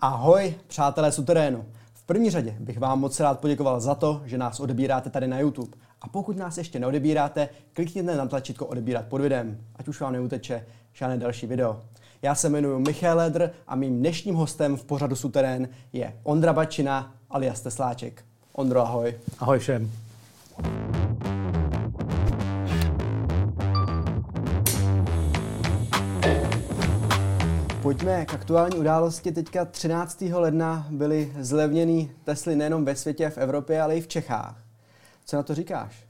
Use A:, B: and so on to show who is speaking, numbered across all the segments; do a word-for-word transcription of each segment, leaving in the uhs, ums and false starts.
A: Ahoj, přátelé suterénu. V první řadě bych vám moc rád poděkoval za to, že nás odebíráte tady na YouTube. A pokud nás ještě neodebíráte, klikněte na tlačítko odebírat pod videem, ať už vám neuteče žádné další video. Já se jmenuji Michal Ledr a mým dnešním hostem v pořadu Suterén je Ondra Bačina alias Tesláček. Ondro, ahoj.
B: Ahoj všem.
A: Pojďme k aktuální události. Teďka třináctého ledna byly zlevněný Tesly nejenom ve světě, v Evropě, ale i v Čechách. Co na to říkáš?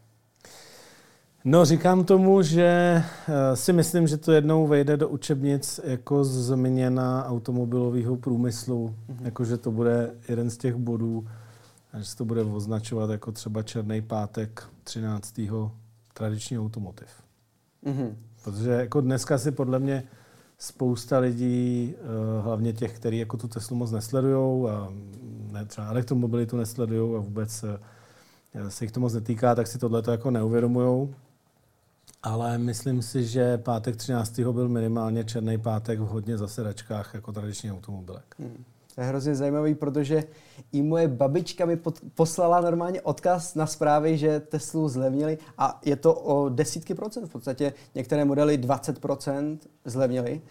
B: No, říkám tomu, že si myslím, že to jednou vejde do učebnic jako změna automobilového průmyslu, mm-hmm. jako že to bude jeden z těch bodů, a že se to bude označovat jako třeba Černý pátek třináctého tradiční automotiv. Mm-hmm. Protože jako dneska si podle mě spousta lidí, hlavně těch, kteří jako tu Teslu moc nesledujou a ne, třeba elektromobilitu nesledujou a vůbec se jich to moc netýká, tak si tohleto jako neuvědomujou. Ale myslím si, že pátek třináctého byl minimálně Černý pátek v hodně zasedačkách jako tradiční automobilek. Hmm.
A: To je hrozně zajímavý, protože i moje babička mi pod, poslala normálně odkaz na zprávy, že Teslu zlevnili a je to o desítky procent. V podstatě některé modely dvacet procent zlevnili.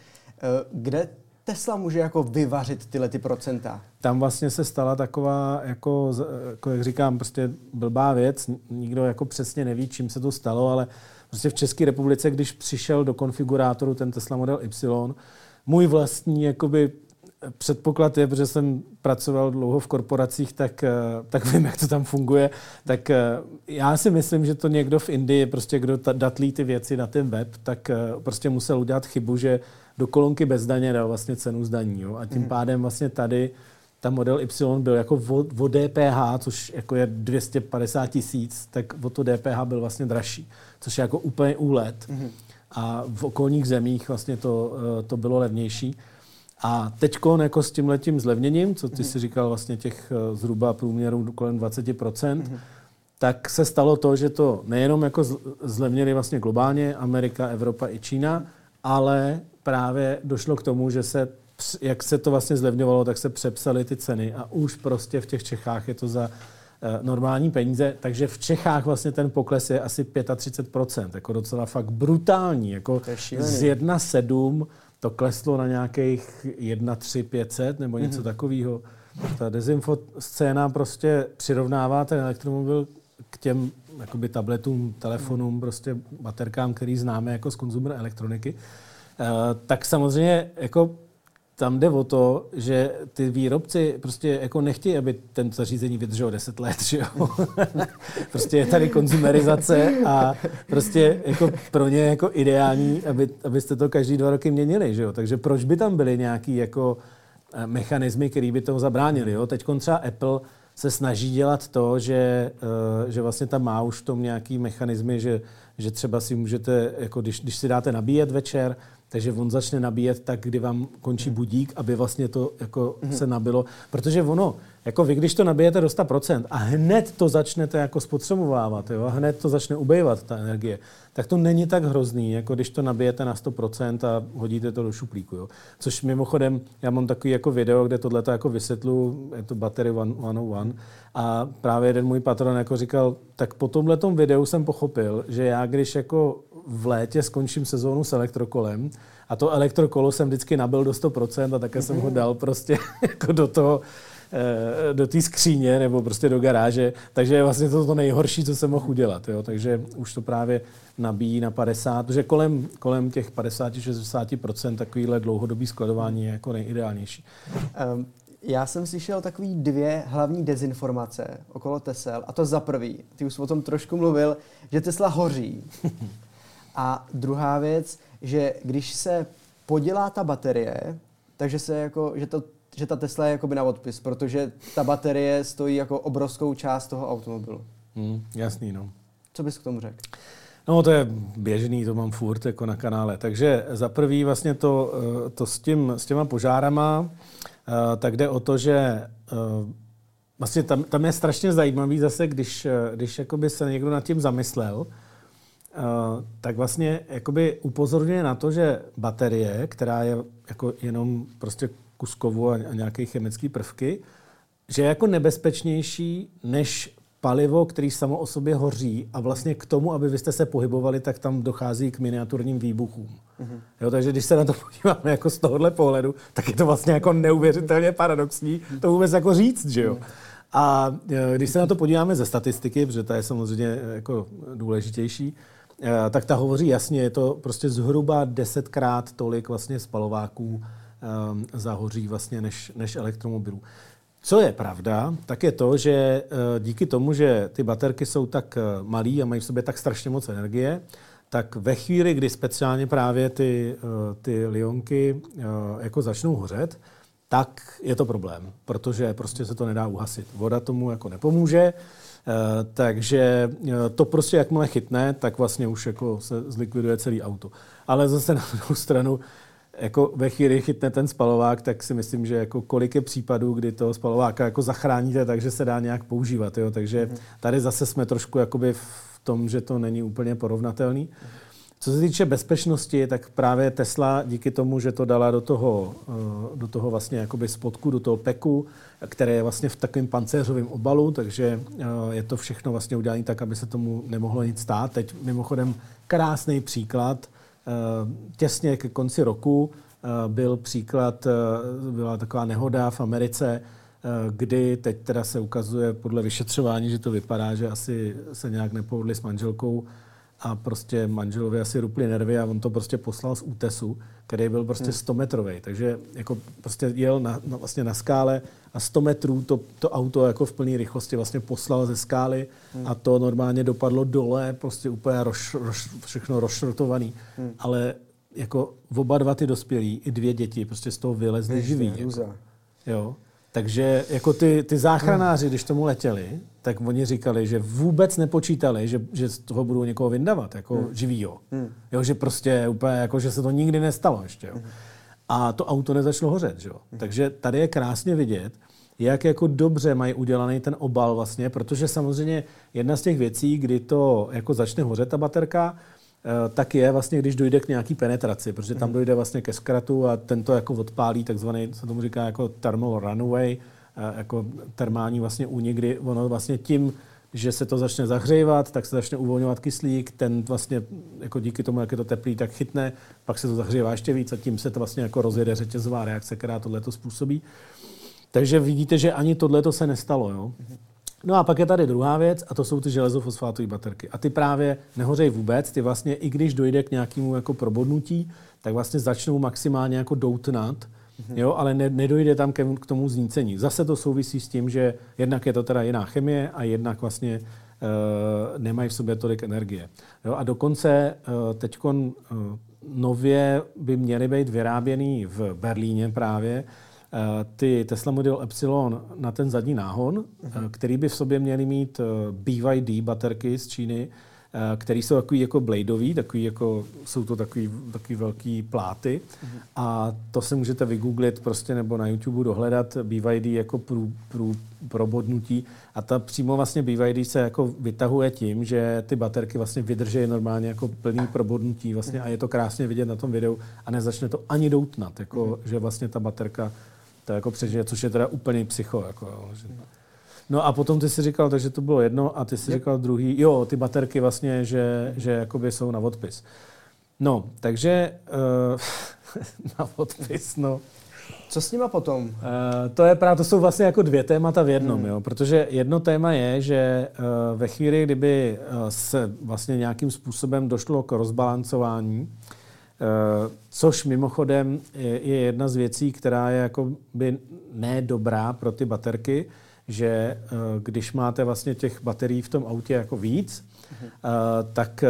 A: Kde Tesla může jako vyvařit tyhle ty procenta?
B: Tam vlastně se stala taková, jako, jako jak říkám, prostě blbá věc. Nikdo jako přesně neví, čím se to stalo, ale prostě v České republice, když přišel do konfigurátoru ten Tesla Model Y, můj vlastní jakoby předpoklad je, protože jsem pracoval dlouho v korporacích, tak, tak vím, jak to tam funguje. Tak já si myslím, že to někdo v Indii, prostě kdo datlí ty věci na ten web, tak prostě musel udělat chybu, že do kolonky bez daně dal vlastně cenu zdaní. Jo? A tím mm. pádem vlastně tady ta Model Y byl jako o, o D P H, což jako je dvě stě padesát tisíc, tak o to D P H byl vlastně dražší, což je jako úplně úlet. Mm. A v okolních zemích vlastně to, to bylo levnější. A teďko jako s tímhletím zlevněním, co ty mm. si říkal vlastně těch zhruba průměrů kolem dvacet procent, mm. tak se stalo to, že to nejenom jako zlevnili vlastně globálně Amerika, Evropa i Čína, ale právě došlo k tomu, že se, jak se to vlastně zlevňovalo, tak se přepsaly ty ceny a už prostě v těch Čechách je to za uh, normální peníze, takže v Čechách vlastně ten pokles je asi třicet pět procent, jako docela fakt brutální, jako z jedna celá sedm to kleslo na nějakých jedna celá tři pět set nebo něco mm-hmm. takového. Ta dezinfo scéna prostě přirovnává ten elektromobil k těm jakoby tabletům, telefonům, mm. prostě baterkám, který známe jako z konzumer elektroniky. Uh, tak samozřejmě jako tam jde o to, že ty výrobci prostě jako nechtějí, aby ten zařízení vydrželo deset let, že jo. Prostě je tady konzumerizace a prostě jako pro ně jako ideální, aby, abyste to každý dva roky měnili, že jo. Takže proč by tam byly nějaký jako mechanismy, které by toho zabránili, jo. Teď třeba Apple se snaží dělat to, že, že vlastně tam má už v tom nějaký mechanismy, že, že třeba si můžete, jako když, když si dáte nabíjet večer, takže on začne nabíjet tak, kdy vám končí budík, aby vlastně to jako mm. se nabilo. Protože ono, jako vy, když to nabijete do sto procent a hned to začnete jako spotřebovávat, jo, a hned to začne ubejvat, ta energie, tak to není tak hrozný, jako když to nabijete na sto procent a hodíte to do šuplíku. Jo. Což mimochodem, já mám takový jako video, kde tohleto jako vysvětluji, je to Battery sto jedna a právě jeden můj patron jako říkal, tak po tomhletom videu jsem pochopil, že já když jako v létě skončím sezónu s elektrokolem a to elektrokolo jsem vždycky nabil do sto procent a také jsem ho dal prostě jako do toho, do té skříně nebo prostě do garáže, takže je vlastně to to nejhorší, co jsem mohl udělat. Jo? Takže už to právě nabíjí na padesát, protože kolem, kolem těch padesát až šedesát procent takovýhle dlouhodobý skladování je jako nejideálnější.
A: Um. Já jsem slyšel takový dvě hlavní dezinformace okolo Tesel. A to za prvý, ty už o tom trošku mluvil, že Tesla hoří. A druhá věc, že když se podělá ta baterie, takže se jako, že, to, že ta Tesla je jakoby na odpis, protože ta baterie stojí jako obrovskou část toho automobilu.
B: Hmm, jasný, no.
A: Co bys k tomu řekl?
B: No, to je běžný, to mám furt jako na kanále. Takže za prvý vlastně to, to s, tím, s těma požárama, tak jde o to, že vlastně tam, tam je strašně zajímavý zase, když, když jakoby se někdo nad tím zamyslel, tak vlastně jakoby upozorňuje na to, že baterie, která je jako jenom prostě kus kovu a, a nějaké chemické prvky, že je jako nebezpečnější než palivo, který samo o sobě hoří a vlastně k tomu, aby vy jste se pohybovali, tak tam dochází k miniaturním výbuchům. Mm-hmm. Jo, takže když se na to podíváme jako z tohohle pohledu, tak je to vlastně jako neuvěřitelně paradoxní to vůbec jako říct, že jo. A když se na to podíváme ze statistiky, protože ta je samozřejmě jako důležitější, tak ta hovoří jasně, je to prostě zhruba desetkrát tolik vlastně spalováků um, zahoří vlastně než, než elektromobilů. Co je pravda, tak je to, že díky tomu, že ty baterky jsou tak malý a mají v sobě tak strašně moc energie, tak ve chvíli, kdy speciálně právě ty, ty lionky jako začnou hořet, tak je to problém, protože prostě se to nedá uhasit. Voda tomu jako nepomůže, takže to prostě jakmile chytne, tak vlastně už jako se zlikviduje celý auto. Ale zase na druhou stranu, jako ve chvíli chytne ten spalovák, tak si myslím, že jako kolik je případů, kdy toho spalováka jako zachráníte, takže se dá nějak používat. Jo? Takže tady zase jsme trošku jakoby v tom, že to není úplně porovnatelný. Co se týče bezpečnosti, tak právě Tesla díky tomu, že to dala do toho, do toho vlastně jakoby spodku, do toho peku, které je vlastně v takovém pancéřovém obalu, takže je to všechno vlastně udělané tak, aby se tomu nemohlo nic stát. Teď mimochodem krásný příklad. Těsně ke konci roku byl příklad, byla taková nehoda v Americe, kdy teď teda se ukazuje podle vyšetřování, že to vypadá, že asi se nějak nepohodli s manželkou a prostě manželovi asi ruply nervy a on to prostě poslal z útesu, který byl prostě sto metrovej. Takže jako prostě jel na, na, vlastně na skále a sto metrů to, to auto jako v plné rychlosti vlastně poslal ze skály hmm. a to normálně dopadlo dole, prostě úplně roš, roš, všechno rozšrotovaný. Hmm. Ale jako oba dva ty dospělí i dvě děti prostě z toho vylezly živí. Jako. Jo. Takže jako ty, ty záchranáři, když tomu letěli, tak oni říkali, že vůbec nepočítali, že, že z toho budou někoho vyndavat, jako hmm. živýho. Hmm. Jo, že prostě úplně, jako, že se to nikdy nestalo ještě. Jo. Hmm. A to auto nezačalo hořet. Jo. Hmm. Takže tady je krásně vidět, jak jako dobře mají udělaný ten obal vlastně, protože samozřejmě jedna z těch věcí, kdy to jako začne hořet ta baterka, tak je vlastně, když dojde k nějaký penetraci, protože tam dojde vlastně ke zkratu a ten to jako odpálí, takzvaný, se tomu říká jako thermal runaway, jako termální vlastně únik, kdy ono vlastně tím, že se to začne zahřívat, tak se začne uvolňovat kyslík, ten vlastně jako díky tomu, jak je to teplý, tak chytne, pak se to zahřívá ještě víc a tím se to vlastně jako rozjede řetězová reakce, která tohleto způsobí. Takže vidíte, že ani tohleto se nestalo, jo. No a pak je tady druhá věc a to jsou ty železofosfátové baterky. A ty právě nehořejí vůbec, ty vlastně i když dojde k nějakému jako probodnutí, tak vlastně začnou maximálně jako doutnat, mm-hmm. jo, ale ne, nedojde tam k, k tomu znícení. Zase to souvisí s tím, že jednak je to teda jiná chemie a jednak vlastně e, nemají v sobě tolik energie. Jo, a dokonce e, teďkon e, nově by měly být vyráběný v Berlíně právě ty Tesla Model Epsilon na ten zadní náhon, uh-huh. který by v sobě měly mít B Y D baterky z Číny, který jsou takový jako bladeový, takový jako, jsou to takový, takový velký pláty. Uh-huh. A to se můžete vygooglit prostě nebo na YouTube dohledat B Y D jako prů, prů, probodnutí. A ta přímo vlastně B Y D se jako vytahuje tím, že ty baterky vlastně vydrží normálně jako plný probodnutí vlastně uh-huh. a je to krásně vidět na tom videu a nezačne to ani doutnat, jako, uh-huh. že vlastně ta baterka to jako přežije, což je teda úplně psycho. Jako, že... No a potom ty si říkal, takže to bylo jedno a ty si říkal druhý, jo, ty baterky vlastně, že, že jakoby jsou na odpis. No, takže uh, na odpis, no.
A: Co s nima potom? Uh,
B: to je právě, to jsou vlastně jako dvě témata v jednom, hmm. jo, protože jedno téma je, že uh, ve chvíli, kdyby uh, se vlastně nějakým způsobem došlo k rozbalancování, Uh, což mimochodem je, je jedna z věcí, která je jakoby nedobrá pro ty baterky, že uh, když máte vlastně těch baterií v tom autě jako víc, uh-huh. uh, tak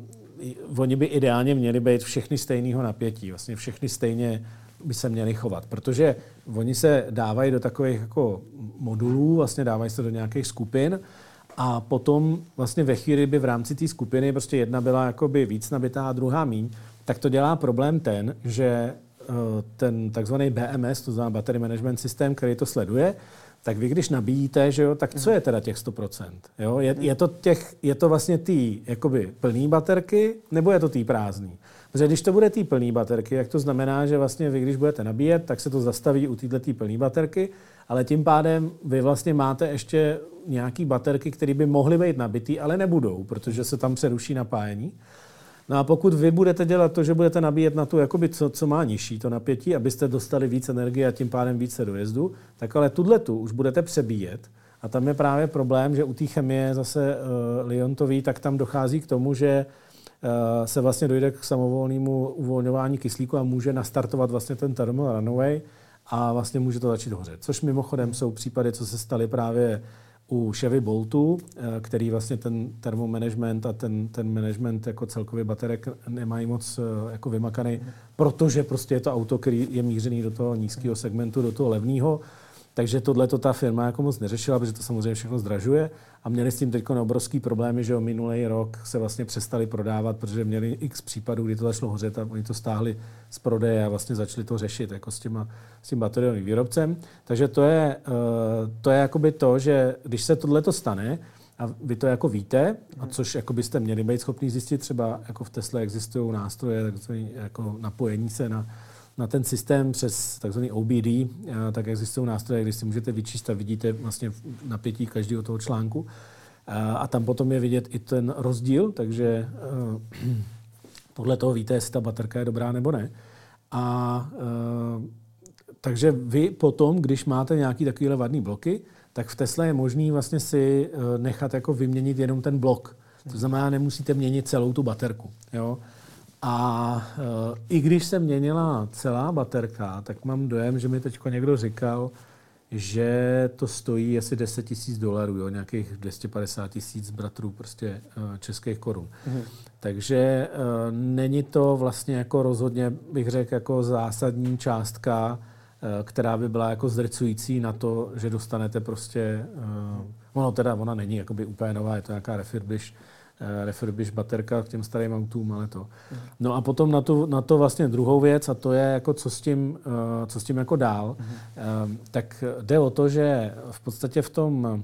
B: uh, oni by ideálně měli být všechny stejného napětí, vlastně všechny stejně by se měli chovat, protože oni se dávají do takových jako modulů, vlastně dávají se do nějakých skupin a potom vlastně ve chvíli by v rámci té skupiny prostě jedna byla jakoby víc nabitá a druhá míň, tak to dělá problém ten, že uh, ten takzvaný B M S, to znamená Battery Management System, který to sleduje, tak vy, když nabíjíte, že jo, tak co je teda těch sto procent? Jo? Je, je, to těch, je to vlastně tý jakoby plný baterky, nebo je to tý prázdný? Protože když to bude tý plný baterky, jak to znamená, že vlastně vy, když budete nabíjet, tak se to zastaví u této plný baterky, ale tím pádem vy vlastně máte ještě nějaký baterky, které by mohly být nabitý, ale nebudou, protože se tam přeruší napájení. No a pokud vy budete dělat to, že budete nabíjet na tu, jakoby co, co má nižší to napětí, abyste dostali víc energie a tím pádem více dojezdu, tak ale tuto už budete přebíjet. A tam je právě problém, že u té chemie zase uh, Liontový, tak tam dochází k tomu, že uh, se vlastně dojde k samovolnému uvolňování kyslíku a může nastartovat vlastně ten thermal runaway a vlastně může to začít hořet. Což mimochodem jsou případy, co se staly právě u Chevy Boltu, který vlastně ten termomanagement a ten, ten management jako celkově baterek nemají moc jako vymakaný, protože prostě je to auto, který je mířený do toho nízkého segmentu, do toho levného. Takže tohle to ta firma jako moc neřešila, protože to samozřejmě všechno zdražuje a měli s tím teď obrovský problémy, že o minulý rok se vlastně přestali prodávat, protože měli x případů, kdy to začalo hořet a oni to stáhli z prodeje a vlastně začali to řešit jako s, těma, s tím bateriovým výrobcem. Takže to je, to je jakoby to, že když se tohle to stane a vy to jako víte, a což jako byste měli být schopni zjistit, třeba jako v Tesle existují nástroje, jako napojení se na na ten systém přes takzvaný O B D, tak existují nástroje, když si můžete vyčíst a vidíte vlastně napětí každého toho článku. A tam potom je vidět i ten rozdíl, takže podle toho víte, jestli ta baterka je dobrá nebo ne. A takže vy potom, když máte nějaký takovýhle vadný bloky, tak v Tesle je možný vlastně si nechat jako vyměnit jenom ten blok. To znamená, nemusíte měnit celou tu baterku. Jo? A e, i když se měnila celá baterka, tak mám dojem, že mi teď někdo říkal, že to stojí asi deset tisíc dolarů, jo, nějakých dvě stě padesát tisíc bratrů prostě e, českých korun. Mhm. Takže e, není to vlastně jako rozhodně, bych řekl, jako zásadní částka, e, která by byla jako zdrcující na to, že dostanete prostě, e, ono teda, ona není jakoby úplně nová, je to nějaká refurbish, refurbish baterka k těm starým autům, ale to. No a potom na to, na to vlastně druhou věc, a to je jako co s tím, co s tím jako dál, mm. tak jde o to, že v podstatě v tom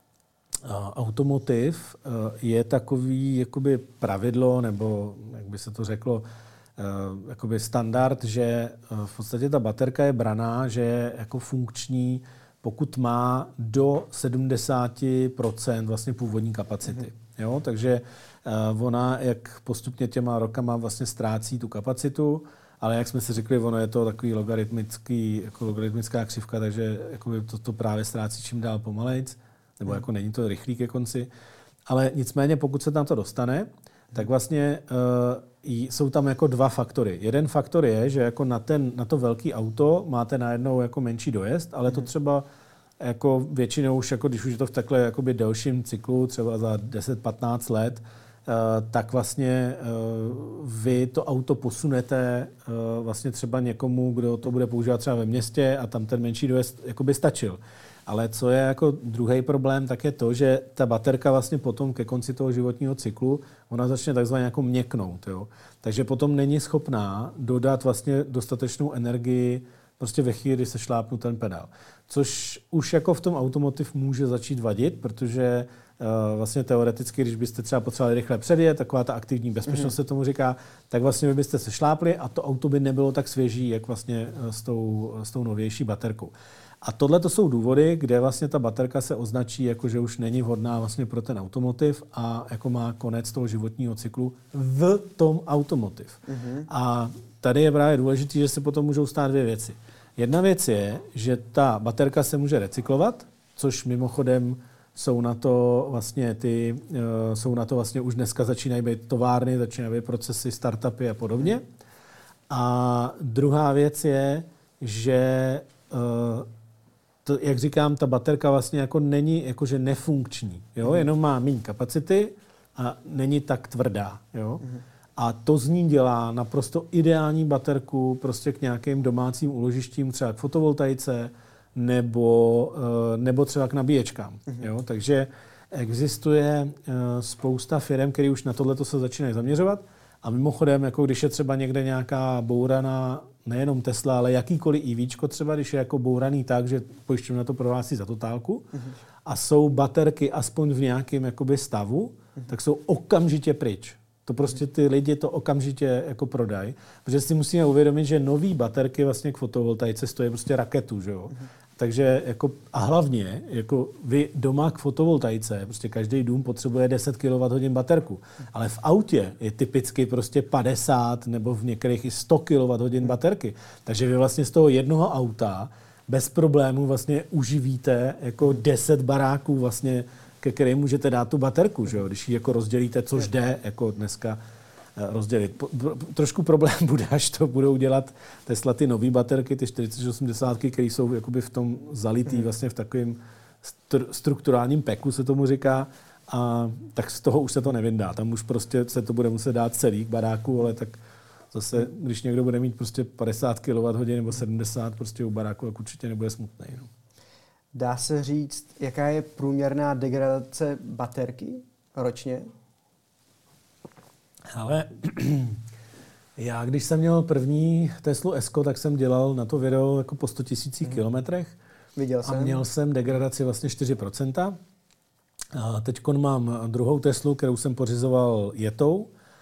B: automotiv je takový jakoby pravidlo, nebo jak by se to řeklo, jakoby standard, že v podstatě ta baterka je braná, že je jako funkční, pokud má do sedmdesát procent vlastně původní kapacity. Mm. Jo, takže uh, ona, jak postupně těma rokama vlastně ztrácí tu kapacitu, ale jak jsme si řekli, ono je to takový logaritmický, jako logaritmická křivka, takže to, to právě ztrácí čím dál pomalejc, nebo jako není to rychlý ke konci. Ale nicméně, pokud se tam to dostane, tak vlastně uh, jsou tam jako dva faktory. Jeden faktor je, že jako na, ten, na to velký auto máte najednou jako menší dojezd, ale to třeba jako většinou už, jako když už je to v takhle jakoby delším cyklu, třeba za deset patnáct let, tak vlastně vy to auto posunete vlastně třeba někomu, kdo to bude používat třeba ve městě a tam ten menší dojezd jakoby stačil. Ale co je jako druhý problém, tak je to, že ta baterka vlastně potom ke konci toho životního cyklu, ona začne takzvaně jako měknout. Jo? Takže potom není schopná dodat vlastně dostatečnou energii prostě ve chvíli, kdy se šlápnu ten pedál. Což už jako v tom automotiv může začít vadit, protože uh, vlastně teoreticky, když byste třeba potřebovali rychle předjet, taková ta aktivní bezpečnost mm-hmm. se tomu říká, tak vlastně vy byste se šlápli a to auto by nebylo tak svěží, jak vlastně s tou, s tou novější baterkou. A tohle to jsou důvody, kde vlastně ta baterka se označí jako, že už není vhodná vlastně pro ten automotiv a jako má konec toho životního cyklu v tom automotiv. Mm-hmm. A tady je právě důležité, že se potom můžou stát dvě věci. Jedna věc je, že ta baterka se může recyklovat, což mimochodem jsou na to vlastně ty, jsou na to vlastně už dneska začínají být továrny, začínají být procesy, startupy a podobně. A druhá věc je, že to, jak říkám, ta baterka vlastně jako není jakože nefunkční, jo? Jenom má méně kapacity a není tak tvrdá, jo? A to z ní dělá naprosto ideální baterku prostě k nějakým domácím úložištím, třeba k fotovoltaice nebo, nebo třeba k nabíječkám. Mm-hmm. Jo? Takže existuje spousta firm, které už na tohleto se začínají zaměřovat A mimochodem, jako když je třeba někde nějaká bouraná, nejenom Tesla, ale jakýkoliv EVčko třeba, když je jako bouraný tak, že pojišťovna to prohlásí za totálku mm-hmm. a jsou baterky aspoň v nějakém jakoby stavu, mm-hmm. tak jsou okamžitě pryč. To prostě ty lidi to okamžitě jako prodají, protože si musíme uvědomit, že nový baterky vlastně k fotovoltaice stojí prostě raketu, že jo. Mm-hmm. Takže jako, a hlavně, jako vy doma k fotovoltaice, prostě každý dům potřebuje deset kilowatthodin baterku, ale v autě je typicky prostě padesát nebo v některých i sto kilowatthodin baterky. Takže vy vlastně z toho jednoho auta bez problémů vlastně uživíte jako deset baráků vlastně, ke kterým můžete dát tu baterku, že jo? Když ji jako rozdělíte, což jde jako dneska rozdělit. Trošku problém bude, až to budou dělat Tesla ty nový baterky, ty čtyřicet osmdesát, které jsou jakoby v tom zalitý vlastně v takovém stru- strukturálním peku, se tomu říká, a tak z toho už se to nevyndá. Tam už prostě se to bude muset dát celý k baráku, ale tak zase, když někdo bude mít prostě padesát kilowatthodin nebo sedmdesát prostě u baráku, tak určitě nebude smutný. No.
A: Dá se říct, jaká je průměrná degradace baterky ročně?
B: Ale já, když jsem měl první Teslu S-ko, tak jsem dělal na to video jako po sto tisících kilometrech.
A: Viděl jsem.
B: A měl jsem degradaci vlastně čtyři procenta. A teďkon mám druhou Teslu, kterou jsem pořizoval jetou.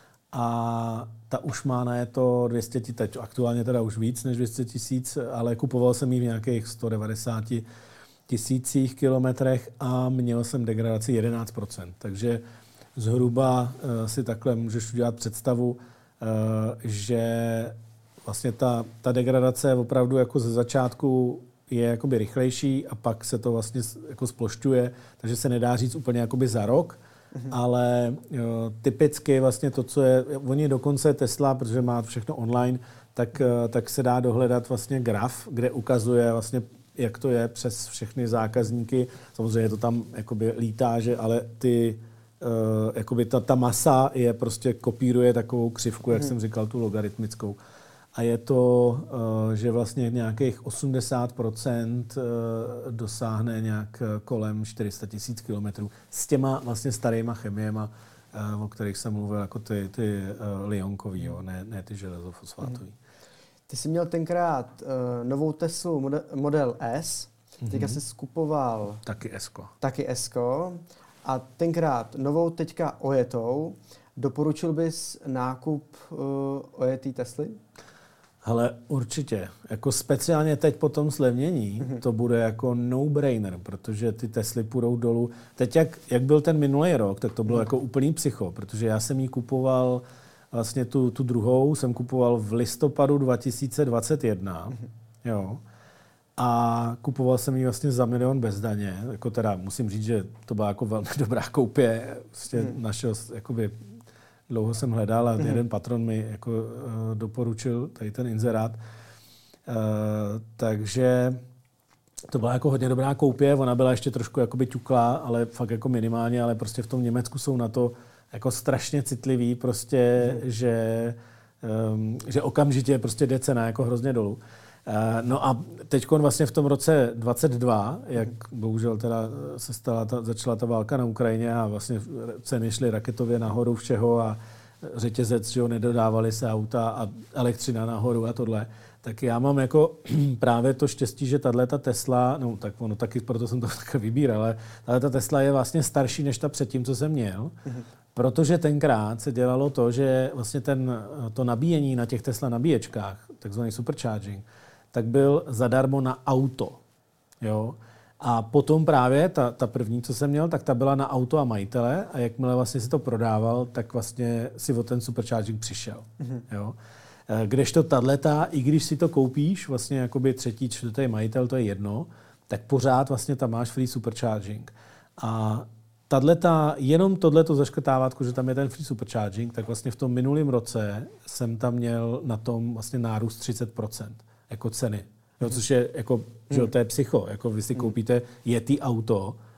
B: A ta už má na jeto dvě stě, teď aktuálně teda už víc než dvě stě tisíc, ale kupoval jsem ji v nějakých sto devadesát tisících kilometrech a měl jsem degradaci jedenáct procent. Takže zhruba uh, si takhle můžeš udělat představu, uh, že vlastně ta, ta degradace opravdu jako ze začátku je jakoby rychlejší a pak se to vlastně jako splošťuje, takže se nedá říct úplně jakoby za rok, mm-hmm. ale uh, typicky vlastně to, co je, oni dokonce Tesla, protože má všechno online, tak, uh, tak se dá dohledat vlastně graf, kde ukazuje vlastně, jak to je přes všechny zákazníky. Samozřejmě to tam jakoby lítá, že, ale ty Uh, jakoby ta, ta masa je prostě kopíruje takovou křivku, jak hmm. jsem říkal, tu logaritmickou. A je to, uh, že vlastně nějakých osmdesát procent uh, dosáhne nějak kolem čtyři sta tisíc kilometrů s těma vlastně starýma chemiema, uh, o kterých jsem mluvil, jako ty, ty uh, lionkový, jo, ne, ne ty železofosfátový. Hmm.
A: Ty jsi měl tenkrát uh, novou Teslu model, model S, teďka hmm. jsi skupoval...
B: Taky S-ko.
A: Taky S-ko. A tenkrát novou teďka ojetou, doporučil bys nákup uh, ojetý Tesly?
B: Hele, určitě. Jako speciálně teď po tom zlevnění mm-hmm. to bude jako no-brainer, protože ty Tesly půjdou dolů. Teď, jak, jak byl ten minulý rok, tak to bylo mm-hmm. jako úplný psycho, protože já jsem ji kupoval, vlastně tu, tu druhou jsem kupoval v listopadu dva tisíce dvacet jedna. Mm-hmm. Jo. A kupoval jsem ji vlastně za milion bez daně. Jako teda musím říct, že to byla jako velmi dobrá koupě. Vlastně hmm. našel, jakoby, dlouho jsem hledal a hmm. jeden patron mi jako, uh, doporučil tady ten inzerát. Uh, takže to byla jako hodně dobrá koupě. Ona byla ještě trošku jakoby ťuklá, ale fakt jako minimálně, ale prostě v tom Německu jsou na to jako strašně citliví, prostě, hmm. že, um, že okamžitě prostě jde cena jako hrozně dolů. No a teď vlastně v tom roce dvacet dva, jak bohužel teda se stala ta, začala ta válka na Ukrajině a vlastně ceny šly raketově nahoru všeho a řetězec, že jo, nedodávali se auta a elektřina nahoru a tohle, tak já mám jako právě to štěstí, že tato Tesla, no tak ono taky, proto jsem to tak vybíral, ale tato Tesla je vlastně starší než ta předtím, co jsem měl, mm-hmm. protože tenkrát se dělalo to, že vlastně ten, to nabíjení na těch Tesla nabíječkách, takzvaný supercharging, tak byl zadarmo na auto. Jo? A potom právě ta, ta první, co jsem měl, tak ta byla na auto a majitele a jakmile vlastně si to prodával, tak vlastně si o ten supercharging přišel. Mm-hmm. Jo? Kdežto tato, i když si to koupíš, vlastně jakoby třetí, čtvrtý majitel, to je jedno, tak pořád vlastně tam máš free supercharging. A tato, jenom tohleto zaškrtávátko, že tam je ten free supercharging, tak vlastně v tom minulém roce jsem tam měl na tom vlastně nárůst třicet procent. Jako ceny. Jo, což je jako, že to je psycho. Jako vy si koupíte jetý auto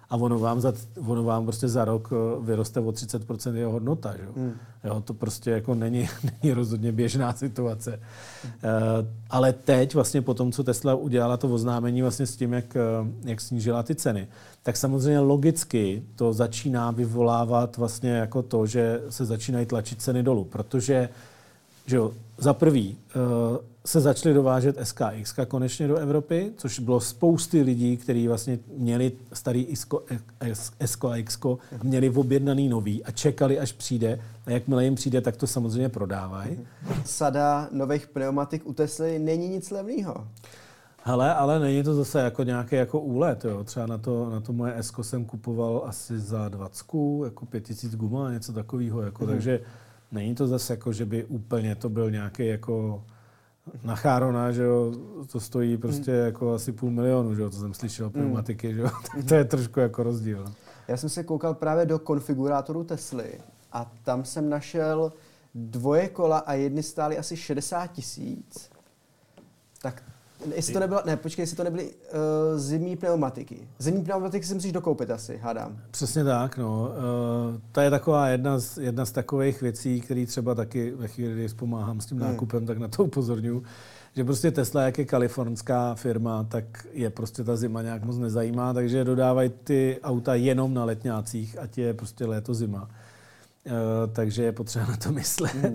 B: a ono vám, za, ono vám prostě za rok vyroste o třicet procent jeho hodnota. Že? Hmm. Jo, to prostě jako není, není rozhodně běžná situace. Hmm. Uh, ale teď vlastně po tom, co Tesla udělala to oznámení vlastně s tím, jak, jak snížila ty ceny, tak samozřejmě logicky to začíná vyvolávat vlastně jako to, že se začínají tlačit ceny dolů, protože že jo, za prvý uh, se začaly dovážet S K X konečně do Evropy, což bylo spousty lidí, kteří vlastně měli starý S K X, měli objednaný nový a čekali, až přijde. A jakmile jim přijde, tak to samozřejmě prodávají.
A: Sada nových pneumatik u Tesly není nic levného.
B: Hele, ale není to zase jako nějaký jako úlet. Jo. Třeba na to, na to moje S jsem kupoval asi za dvacet, jako pět tisíc guma, něco takového. Jako, mm. Takže není to zase jako, že by úplně to byl nějaký jako na Chárona, že jo, to stojí prostě mm. jako asi půl milionu, že jo, to jsem slyšel, pneumatiky, že jo, tak to je trošku jako rozdíl.
A: Já jsem se koukal právě do konfigurátoru Tesly a tam jsem našel dvoje kola a jedny stály asi šedesát tisíc. Tak jestli to nebylo, ne, počkej, jestli to nebyly uh, zimní pneumatiky. Zimní pneumatiky si musíš dokoupit asi, hádám.
B: Přesně tak, no. Uh, to je taková jedna z, jedna z takových věcí, které třeba taky ve chvíli, kdy pomáhám s tím nákupem, hmm. tak na to upozorňuji, že prostě Tesla, jak je kalifornská firma, tak je prostě ta zima nějak moc nezajímá, takže dodávají ty auta jenom na letňácích, ať je prostě léto zima. Uh, takže je potřeba na to myslet. Hmm.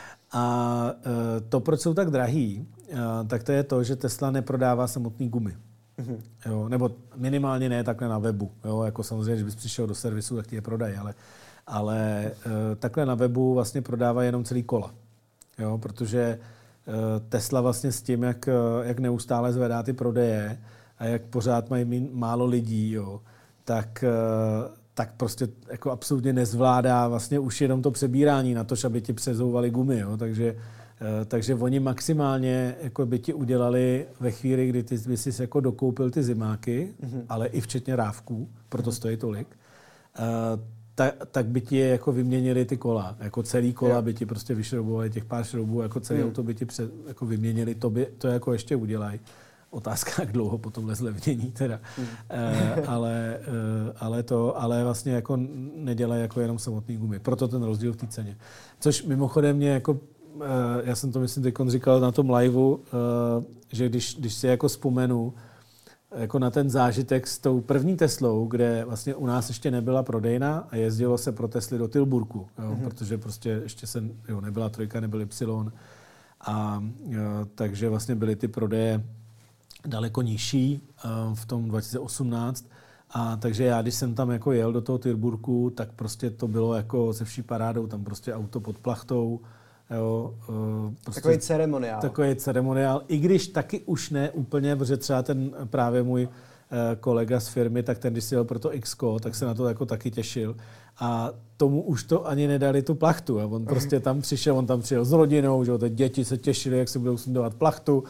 B: A uh, to, proč jsou tak drahý, uh, tak to je to, že Tesla neprodává samotný gumy. Mm-hmm. Jo, nebo minimálně ne takhle na webu. Jo, jako samozřejmě, když bys přišel do servisu, tak ti je prodají, ale, ale uh, takhle na webu vlastně prodává jenom celý kola. Jo, protože uh, Tesla vlastně s tím, jak, jak neustále zvedá ty prodeje a jak pořád mají mín, málo lidí, jo, tak uh, tak prostě jako absolutně nezvládá vlastně už jenom to přebírání na to, aby ti přezouvali gumy. Jo? Takže, takže oni maximálně jako by ti udělali ve chvíli, kdy ty by si jako dokoupil ty zimáky, mm-hmm. ale i včetně rávků, proto stojí tolik, tak, tak by ti je jako vyměnili ty kola. Jako celý kola yeah. by ti prostě vyšroubovali těch pár šroubů, jako celý mm. auto by ti pře, jako vyměnili, to, by, to jako ještě udělají. Otázka, jak dlouho potom zlevnění teda. Mm. E, ale, e, ale to, ale vlastně jako nedělají jako jenom samotný gumy. Proto ten rozdíl v té ceně. Což mimochodem mě jako, e, já jsem to myslím teď říkal na tom liveu, e, že když, když si jako vzpomenu jako na ten zážitek s tou první Teslou, kde vlastně u nás ještě nebyla prodejna a jezdilo se pro Tesly do Tilburgu, jo, mm. protože prostě ještě se, jo, nebyla trojka, nebyl Y. A jo, takže vlastně byly ty prodeje daleko nižší uh, v tom dva tisíce osmnáct. A takže já, když jsem tam jako jel do toho Tilburgu, tak prostě to bylo jako se vší parádou, tam prostě auto pod plachtou. Jo, uh, prostě
A: takový ceremoniál.
B: Takový ceremoniál, i když taky už ne úplně, protože třeba ten právě můj uh, kolega z firmy, tak ten, když si jel pro to X, tak se na to jako taky těšil. A tomu už to ani nedali tu plachtu. A on prostě tam přišel, on tam přijel s rodinou, že ty děti se těšili, jak si budou sundovat plachtu.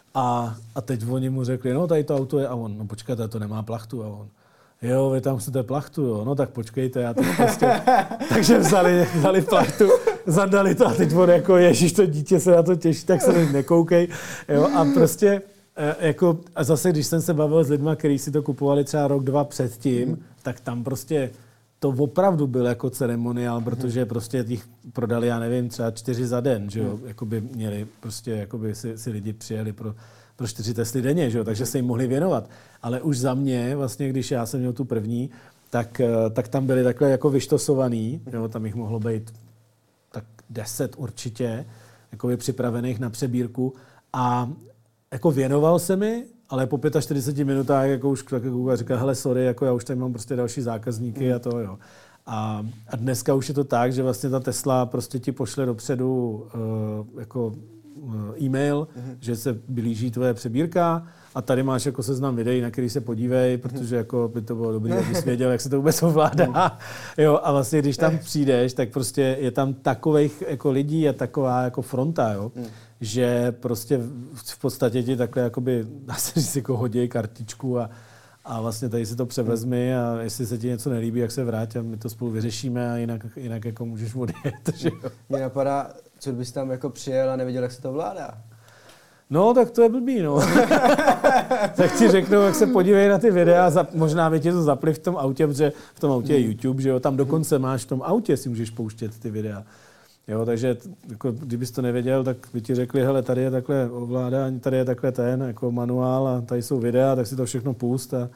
B: A, a teď oni mu řekli, no tady to auto je, a on, no počkejte, to nemá plachtu, a on, jo, vy tam chcete plachtu, jo, no tak počkejte, já to prostě, takže vzali, vzali plachtu, zadali to a teď on jako, ježiš, to dítě se na to těší, tak se teď nekoukej, jo, a prostě, jako, a zase, když jsem se bavil s lidma, kteří si to kupovali třeba rok, dva předtím, mm. tak tam prostě to opravdu byl jako ceremoniál, protože prostě těch prodali, já nevím, třeba čtyři za den, že jo, hmm. jakoby měli, prostě jakoby si, si lidi přijeli pro, pro čtyři Tesly denně, že jo, takže se jim mohli věnovat. Ale už za mě, vlastně, když já jsem měl tu první, tak, tak tam byli takhle jako vyštosovaný, jo, tam jich mohlo být tak deset určitě, jakoby připravených na přebírku a jako věnoval se mi, ale po čtyřiceti pěti minutách jako už tak jako říkal, hele, sorry, jako já už tady mám prostě další zákazníky mm. a to, jo. A, a dneska už je to tak, že vlastně ta Tesla prostě ti pošle dopředu uh, jako uh, e-mail, mm. že se blíží tvoje přebírka a tady máš jako seznam videí, na který se podívej, protože jako by to bylo dobré, abys věděl, jak se to vůbec ovládá. Jo, a vlastně, když tam přijdeš, tak prostě je tam takových jako lidí a taková jako fronta, jo. Mm. že prostě v podstatě ti takhle jakoby, dá se říct, jako hodí kartičku a, a vlastně tady si to převezmi a jestli se ti něco nelíbí, jak se vrátí a my to spolu vyřešíme a jinak, jinak jako můžeš odjet. Že jo?
A: Mě napadá, co bys tam jako přijel a nevěděl, jak se to vládá.
B: No, tak to je blbý, no. Tak ti řeknu, jak se podívej na ty videa, za, možná by ti to zapli v tom autě, protože v tom autě je YouTube, že jo, tam dokonce máš v tom autě, si můžeš pouštět ty videa. Jo, takže jako, kdybys to nevěděl, tak by ti řekli, hele, tady je takhle ovládání, tady je takhle ten jako manuál a tady jsou videa, tak si to všechno pust. A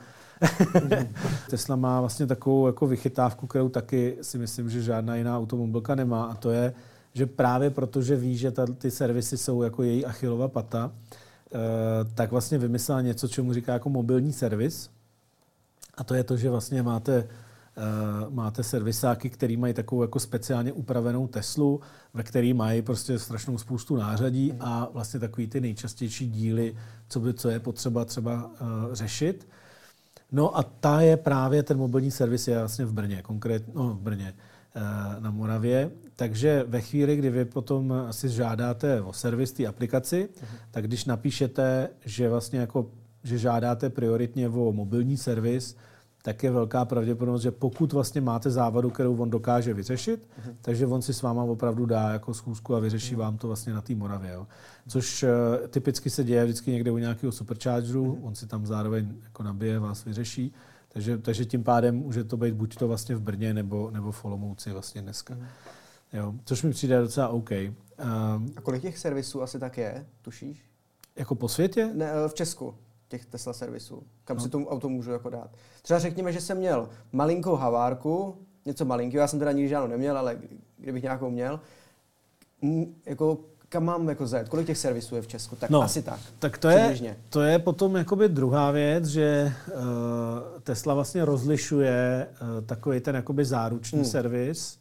B: Tesla má vlastně takovou jako vychytávku, kterou taky si myslím, že žádná jiná automobilka nemá, a to je, že právě protože ví, že ta, ty servisy jsou jako její Achillova pata, eh, tak vlastně vymyslela něco, čemu říká jako mobilní servis. A to je to, že vlastně máte Uh, máte servisáky, který mají takovou jako speciálně upravenou Teslu, ve který mají prostě strašnou spoustu nářadí a vlastně takový ty nejčastější díly, co, by, co je potřeba třeba uh, řešit. No a ta je právě, ten mobilní servis je vlastně v Brně, konkrétně, no v Brně, uh, na Moravě. Takže ve chvíli, kdy vy potom si žádáte o servis té aplikaci, uh-huh. tak když napíšete, že vlastně jako, že žádáte prioritně o mobilní servis, tak je velká pravděpodobnost, že pokud vlastně máte závadu, kterou on dokáže vyřešit, uh-huh. takže on si s váma opravdu dá jako schůzku a vyřeší uh-huh. vám to vlastně na té Moravě. Jo. Což uh, typicky se děje vždycky někde u nějakého superchargeru, uh-huh. on si tam zároveň jako nabije, vás vyřeší. Takže, takže tím pádem může to být buď to vlastně v Brně, nebo, nebo v Olomouci vlastně dneska. Uh-huh. Jo. Což mi přijde docela OK. Um,
A: a kolik těch servisů asi tak je, tušíš?
B: Jako po světě?
A: Ne, v Česku. Těch Tesla servisů, kam no. si tomu auto můžu jako dát. Třeba řekněme, že jsem měl malinkou havárku, něco malinkého, já jsem teda nikdy žádnou neměl, ale kdybych nějakou měl, m, jako kam mám jako zajet? Kolik těch servisů je v Česku? Tak
B: no,
A: asi tak.
B: Tak to je, to je potom jakoby druhá věc, že uh, Tesla vlastně rozlišuje uh, takový ten jakoby záruční hmm. servis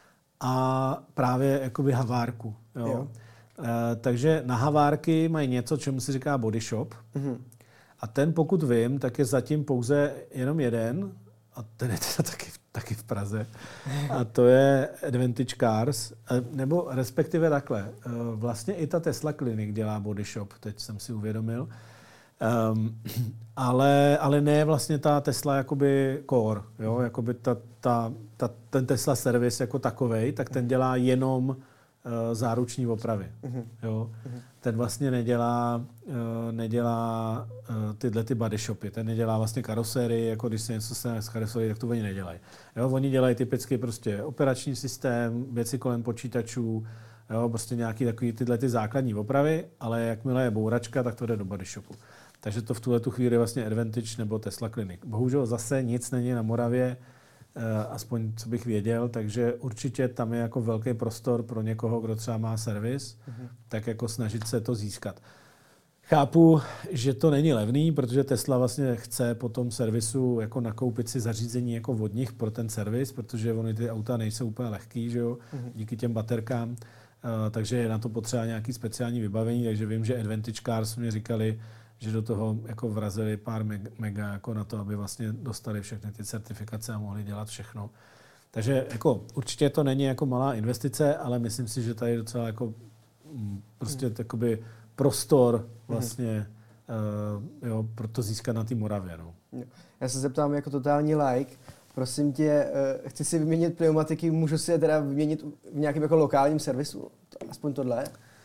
B: a právě jakoby havárku. Jo? Jo. Uh, takže na havárky mají něco, čemu se říká body shop. Hmm. A ten, pokud vím, tak je zatím pouze jenom jeden, a ten je teda taky, taky v Praze, a to je Advantage Cars, nebo respektive takhle. Vlastně i ta Tesla Clinic dělá body shop, teď jsem si uvědomil, um, ale, ale ne vlastně ta Tesla jakoby core, jo? Jakoby ta, ta, ta, ten Tesla servis jako takovej, tak ten dělá jenom záruční opravy. Uh-huh. Jo. Uh-huh. Ten vlastně nedělá, uh, nedělá uh, tyhle ty body shopy. Ten nedělá vlastně karosérii, jako když se něco stane s karosérií, tak to oni nedělají. Jo. Oni dělají typicky prostě operační systém, věci kolem počítačů, jo, prostě nějaký takový tyhle ty základní opravy, ale jakmile je bouračka, tak to jde do body shopu. Takže to v tuhle tu chvíli vlastně Advantage nebo Tesla Clinic. Bohužel zase nic není na Moravě, aspoň co bych věděl, takže určitě tam je jako velký prostor pro někoho, kdo třeba má servis, mm-hmm. tak jako snažit se to získat. Chápu, že to není levný, protože Tesla vlastně chce po tom servisu jako nakoupit si zařízení jako od nich pro ten servis, protože ony ty auta nejsou úplně lehký, že jo, mm-hmm. díky těm baterkám, uh, takže je na to potřeba nějaký speciální vybavení, takže vím, že Advantage Cars mě říkali, že do toho jako vrazili pár mega jako na to, aby vlastně dostali všechny ty certifikace a mohli dělat všechno. Takže jako určitě to není jako malá investice, ale myslím si, že tady je docela jako prostě hmm. takoby prostor vlastně hmm. uh, jo, pro to získat na té Moravě. No.
A: Já se zeptám jako totální like. Prosím tě, uh, chci si vyměnit pneumatiky, můžu si je teda vyměnit v nějakém jako lokálním servisu? Aspoň tohle?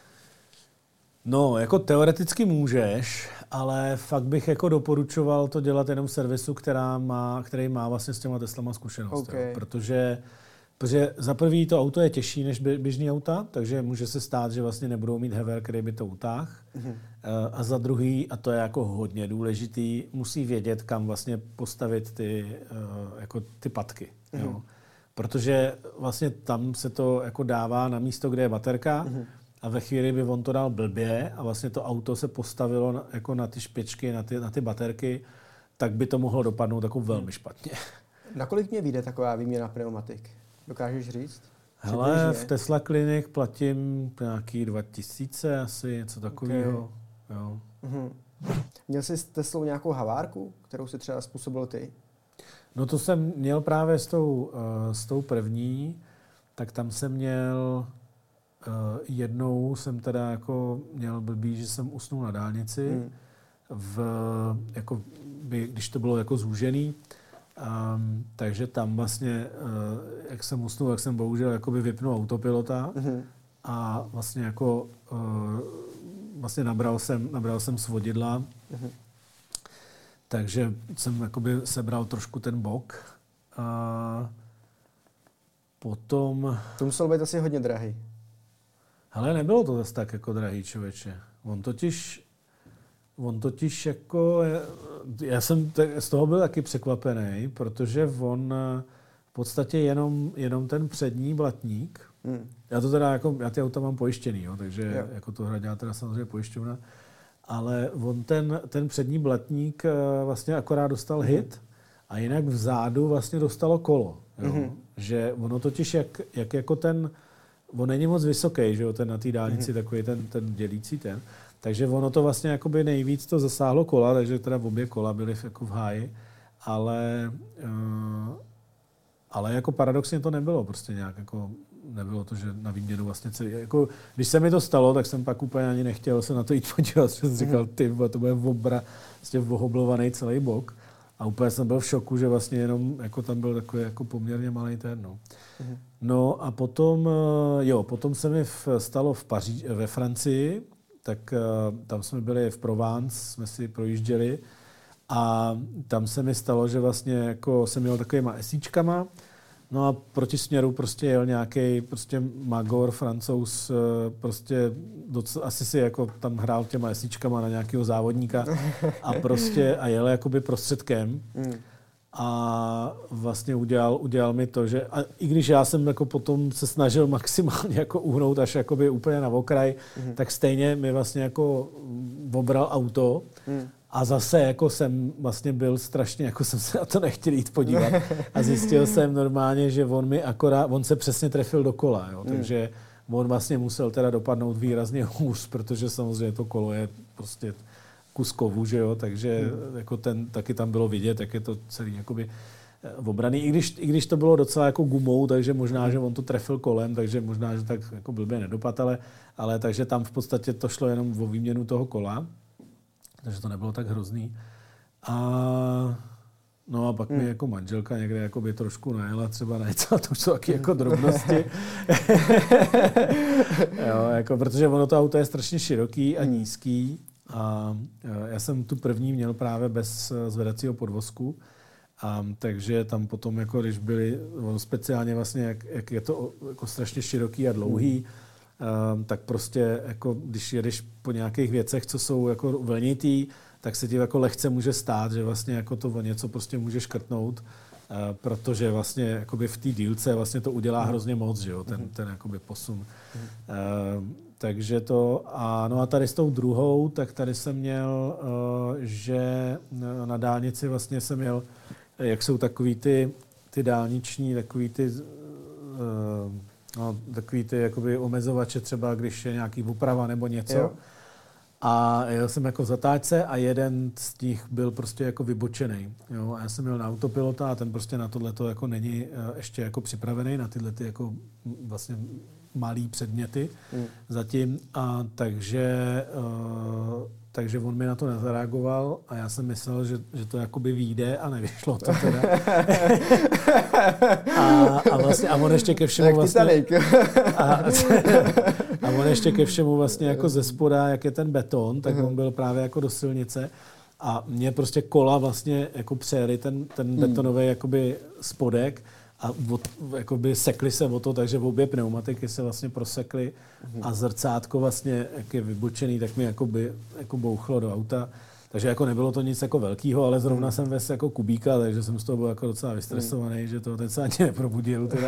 B: No, jako teoreticky můžeš, ale fakt bych jako doporučoval to dělat jenom v servisu, která má, který má vlastně s těma Teslama zkušenost. Okay. Jo, protože, protože za prvý to auto je těžší než běžný auta, takže může se stát, že vlastně nebudou mít hever, který by to utáhl. Mm-hmm. A za druhý, a to je jako hodně důležitý, musí vědět, kam vlastně postavit ty, jako ty patky. Mm-hmm. Jo. Protože vlastně tam se to jako dává na místo, kde je baterka, mm-hmm. a ve chvíli by on to dal blbě a vlastně to auto se postavilo na, jako na ty špičky, na ty, na ty baterky, tak by to mohlo dopadnout jako velmi špatně.
A: Na kolik mě vyjde taková výměna pneumatik? Dokážeš říct?
B: Hele, v Tesla Clinic platím nějaký dva tisíce asi, něco takového. Okay. Jo.
A: Mhm. Měl jsi s Teslou nějakou havárku, kterou si třeba způsobil ty?
B: No to jsem měl právě s tou, uh, s tou první, tak tam jsem měl... Uh, jednou jsem teda jako měl blbý, že jsem usnul na dálnici, hmm. v, jako by, když to bylo jako zúžený, um, takže tam vlastně, uh, jak jsem usnul, jak jsem bohužel jakoby vypnul autopilota hmm. a vlastně jako uh, vlastně nabral jsem, nabral jsem svodidla, mm-hmm. takže jsem jakoby sebral trošku ten bok. A potom...
A: To muselo být asi hodně drahý.
B: Hele, nebylo to zase tak jako drahý, člověče. On totiž, on totiž jako... Já jsem z toho byl taky překvapený, protože on v podstatě jenom, jenom ten přední blatník, hmm. já to teda jako, já ty auta mám pojištěný, jo, takže jo. jako to hradila teda samozřejmě pojišťovna, ale on ten, ten přední blatník vlastně akorát dostal hmm. hit a jinak vzadu vlastně dostalo kolo. Jo. Hmm. Že ono totiž, jak, jak jako ten, on není moc vysoký, že jo, ten na té dálnici, hmm. takový ten, ten dělící ten, takže ono to vlastně jakoby nejvíc to zasáhlo kola, takže teda obě kola byly jako v háji, ale, uh, ale jako paradoxně to nebylo prostě nějak jako, nebylo to, že na výměnu vlastně celý, jako, když se mi to stalo, tak jsem pak úplně ani nechtěl se na to jít podívat, protože jsem říkal, ty, to bude obra, vlastně vohoblovaný celý bok. A úplně jsem byl v šoku, že vlastně jenom jako tam byl takový jako poměrně malý ten. No. Mhm. No a potom, jo, potom se mi stalo v Paří, ve Francii, tak tam jsme byli v Provence, jsme si projížděli a tam se mi stalo, že vlastně jako jsem jel takovýma esíčkama, no a proti směru prostě jel nějaký prostě magor, Francouz, prostě docela, asi si jako tam hrál těma esíčkama na nějakého závodníka a prostě a jel jakoby prostředkem a vlastně udělal, udělal mi to, že a i když já jsem jako potom se snažil maximálně jako uhnout až jakoby úplně na okraj, mm. tak stejně mi vlastně jako obral auto mm. a zase jako jsem vlastně byl strašně, jako jsem se na to nechtěl jít podívat a zjistil jsem normálně, že on mi akorát, on se přesně trefil do kola, jo, mm. takže on vlastně musel teda dopadnout výrazně hůř, protože samozřejmě to kolo je prostě kus kovu, že jo, takže hmm. jako ten, taky tam bylo vidět, jak je to celý jakoby obraný, i když, i když to bylo docela jako gumou, takže možná, že on to trefil kolem, takže možná, že tak jako blbě nedopad, ale, ale takže tam v podstatě to šlo jenom o výměnu toho kola, takže to nebylo tak hrozný. A no a pak hmm. mi jako manželka někde jakoby trošku najela třeba na něco, a to už jsou taky jako drobnosti. Jo, jako, protože ono to auto je strašně široký a nízký. A já jsem tu první měl právě bez zvedacího podvozku, a takže tam potom, jako když byli, speciálně vlastně, jak, jak je to jako strašně široký a dlouhý, mm. tak prostě, jako, když jedeš po nějakých věcech, co jsou jako vlnitý, tak se ti jako lehce může stát, že vlastně jako to o něco prostě může škrtnout, protože vlastně jakoby v té dílce vlastně to udělá mm. hrozně moc, že jo, ten, mm. ten jakoby posun. Mm. Takže to, a no a tady s tou druhou, tak tady jsem měl, uh, že na dálnici vlastně jsem měl, jak jsou takový ty, ty dálniční, takový ty, uh, no, takový ty jakoby omezovače třeba, když je nějaký oprava nebo něco. Jo. A jel jsem jako v zatáčce a jeden z nich byl prostě jako vybočený. Jo? A já jsem měl na autopilota a ten prostě na tohleto jako není uh, ještě jako připravený, na tyhle ty jako vlastně malý předměty mm. zatím. A takže, uh, takže on mi na to nezareagoval a já jsem myslel, že, že to jakoby vyjde a nevyšlo to teda. a, a, vlastně, a on ještě ke všemu vlastně... a, a on ještě ke všemu vlastně jako ze spoda, jak je ten beton, tak on byl právě jako do silnice a mě prostě kola vlastně jako přejeli ten, ten betonový jakoby spodek a od, jakoby sekli se o to, takže v obě pneumatiky se vlastně prosekly a zrcátko vlastně, jak je vybočený, tak mi jakoby, jako bouchlo do auta. Takže jako nebylo to nic jako velkýho, ale zrovna jsem ves jako kubíka, takže jsem z toho byl jako docela vystresovaný, mm. že to teď se ani neprobudil. Teda.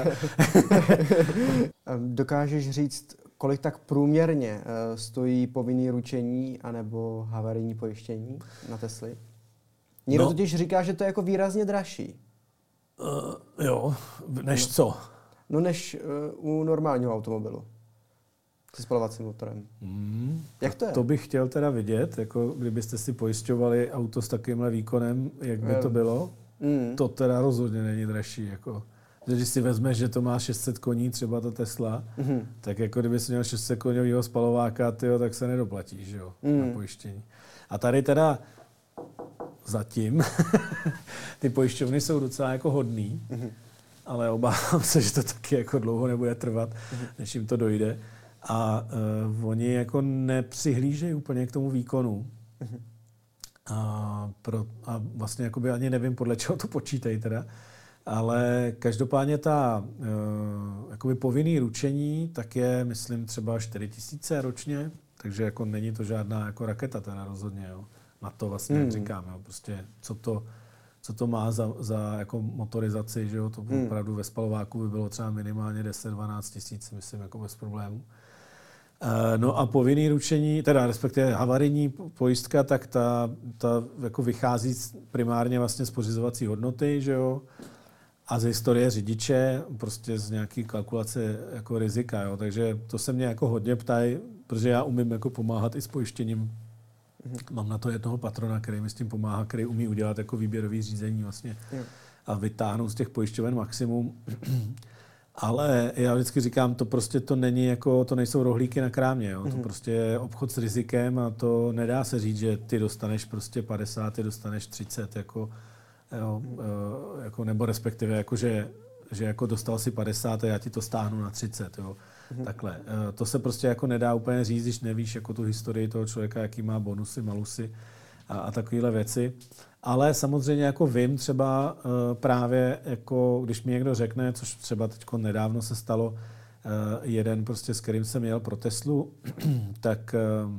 A: Dokážeš říct, kolik tak průměrně stojí povinný ručení anebo havarijní pojištění na Tesly? Někdo no. totiž říká, že to je jako výrazně dražší.
B: Uh, jo, než co?
A: No než uh, u normálního automobilu. Se spalovacím motorem. Mm, Jak to je?
B: To bych chtěl teda vidět, jako kdybyste si pojišťovali auto s takovýmhle výkonem, jak by to bylo. Mm. To teda rozhodně není dražší. Jako. Když si vezmeš, že to má šest set koní, třeba ta Tesla, mm. tak jako kdyby si měl šest set koňovýho spalováka, tyjo, tak se nedoplatíš, jo, mm. na pojištění. A tady teda zatím ty pojišťovny jsou docela jako hodný, mm. ale obávám se, že to taky jako dlouho nebude trvat, mm. než jim to dojde. A uh, oni jako nepřihlížejí úplně k tomu výkonu. Mm-hmm. A, pro, a vlastně jakoby ani nevím, podle čeho to počítají teda. Ale každopádně ta uh, jakoby povinný ručení tak je, myslím, třeba čtyři tisíce ročně, takže jako není to žádná jako raketa teda rozhodně, jo. Na to vlastně, mm. jak říkám, jo, prostě co to, co to má za, za jako motorizaci, že jo, to mm. opravdu ve spalováku by bylo třeba minimálně deset dvanáct tisíc, myslím, jako bez problémů. Uh, no a povinný ručení, teda respektive havarijní pojistka, tak ta, ta jako vychází primárně vlastně z pořizovací hodnoty, že jo, a z historie řidiče, prostě z nějaký kalkulace jako rizika, jo. Takže to se mě jako hodně ptají, protože já umím jako pomáhat i s pojištěním. Mm-hmm. Mám na to jednoho patrona, který mi s tím pomáhá, který umí udělat jako výběrový řízení vlastně mm. a vytáhnout z těch pojišťoven maximum. Ale já vždycky říkám, to prostě to není jako, to nejsou rohlíky na krámě, jo. Mm-hmm. To prostě je obchod s rizikem a to nedá se říct, že ty dostaneš prostě padesát, ty dostaneš třicet, jako Jo, jako, nebo respektive, jako, že, že jako dostal si padesát a já ti to stáhnu na třicet. Jo. Mm-hmm. Takhle. To se prostě jako nedá úplně říct, když nevíš jako tu historii toho člověka, jaký má bonusy, malusy a, a takovéhle věci. Ale samozřejmě jako vím třeba právě, jako, když mi někdo řekne, což třeba teď nedávno se stalo, jeden prostě, s kterým jsem jel pro Teslu, tak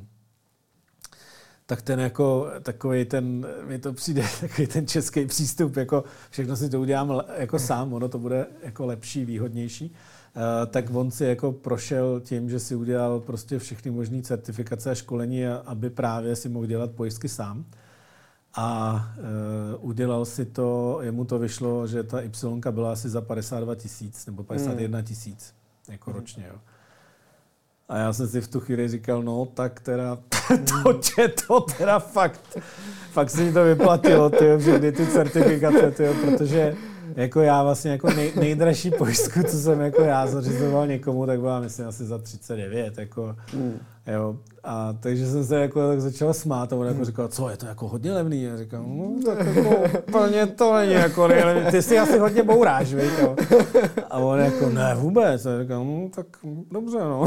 B: tak ten jako takový ten, mi to přijde takový ten český přístup, jako všechno si to udělám jako sám, ono to bude jako lepší, výhodnější. Uh, tak on si jako prošel tím, že si udělal prostě všechny možné certifikace a školení, aby právě si mohl dělat pojistky sám. A uh, udělal si to, jemu to vyšlo, že ta Y byla asi za padesát dva tisíc nebo padesát jedna tisíc jako hmm. ročně. Jo. A já jsem si v tu chvíli říkal, no tak teda, to tě to teda fakt, fakt se mi to vyplatilo, tyjo, všechny ty certifikace, tyjo, protože jako já vlastně jako nej, nejdražší pojistku, co jsem jako já zařizoval někomu, tak byla myslím asi za třicet devět, jako, mm. jo. A takže jsem se jako tak začal smát a on jako říkal, co je to jako hodně levný? A říkám, no tak jako úplně to není jako nejlevný, ty si asi hodně bouráš, víš, jo. A on jako, ne vůbec, a říkám, no tak dobře, no.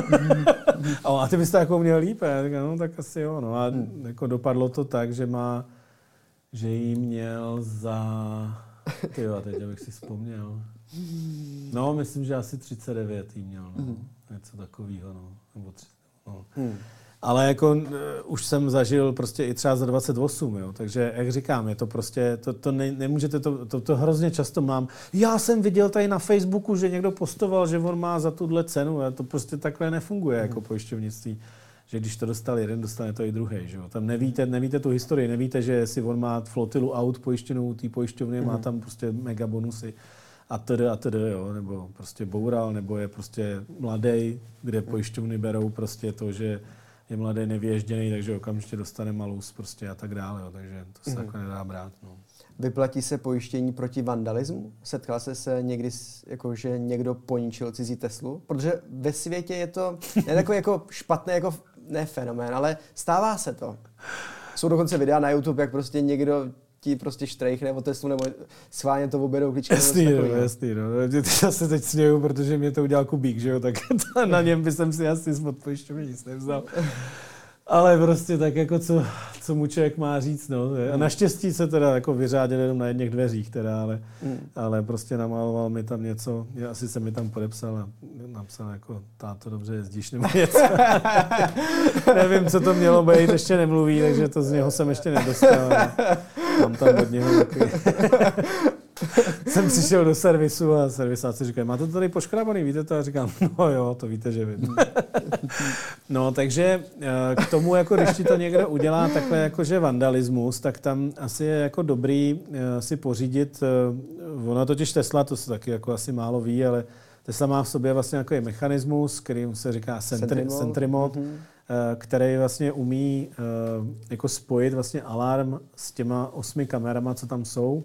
B: A, on, a ty bys to jako měl líp, a já říkám, no tak asi jo, no. A jako dopadlo to tak, že má, že jí měl za... Tyjo, a teď bych si vzpomněl. No, myslím, že asi třicet devět jí měl, no. Mm. Něco takového, no. Nebo tři, no. Mm. Ale jako uh, už jsem zažil prostě i třeba za dvacet osm, jo. Takže, jak říkám, je to prostě, to, to ne, nemůžete, to, to, to hrozně často mám. Já jsem viděl tady na Facebooku, že někdo postoval, že on má za tuhle cenu a to prostě takhle nefunguje mm. jako pojišťovnictví. Že když to dostal jeden, dostane to i druhý. Že jo? Tam nevíte, nevíte tu historii, nevíte, že si on má flotilu aut pojištěnou té pojišťovny, mm. má tam prostě mega bonusy a td. a td. Jo? Nebo prostě boural, nebo je prostě mladý, kde pojišťovny berou prostě to, že je mladý nevyježděný, takže okamžitě dostane malus prostě a tak dále. Jo? Takže to se mm. takhle nedá brát. No.
A: Vyplatí se pojištění proti vandalismu? Setkal jsi se někdy, jako, že někdo poničil cizí Teslu? Protože ve světě je to ne takový jako špatný jako, ne fenomén, ale stává se to. Jsou dokonce videa na YouTube, jak prostě někdo ti prostě štrejchne o Teslu nebo schválně to objedou kličky.
B: Jasný, no, jasný, no. Já se teď směju, protože mě to udělal Kubík, že jo, tak na něm by jsem si asi od pojišťovny nic nevzal. Ale prostě tak jako co, co mu člověk má říct, no. A naštěstí se teda jako vyřádil jenom na jedných dveřích teda, ale, mm. ale prostě namaloval mi tam něco, já asi jsem mi tam podepsal a napsal jako táto dobře jezdíš nebo něco. Nevím, co to mělo být, ještě nemluví, takže to z něho jsem ještě nedostal. Mám tam od něho takový. Jsem přišel do servisu a servisáci říkají, máte to tady poškrábaný, víte to? A říkám, no jo, to víte, že vím. No, takže k tomu, jako když ti to někdo udělá takhle jakože vandalismus, tak tam asi je jako dobrý si pořídit, ono totiž Tesla, to se taky jako asi málo ví, ale Tesla má v sobě vlastně nějaký mechanismus, kterým se říká Sentry, Sentry Mode, mm-hmm. který vlastně umí jako spojit vlastně alarm s těma osmi kamerama, co tam jsou.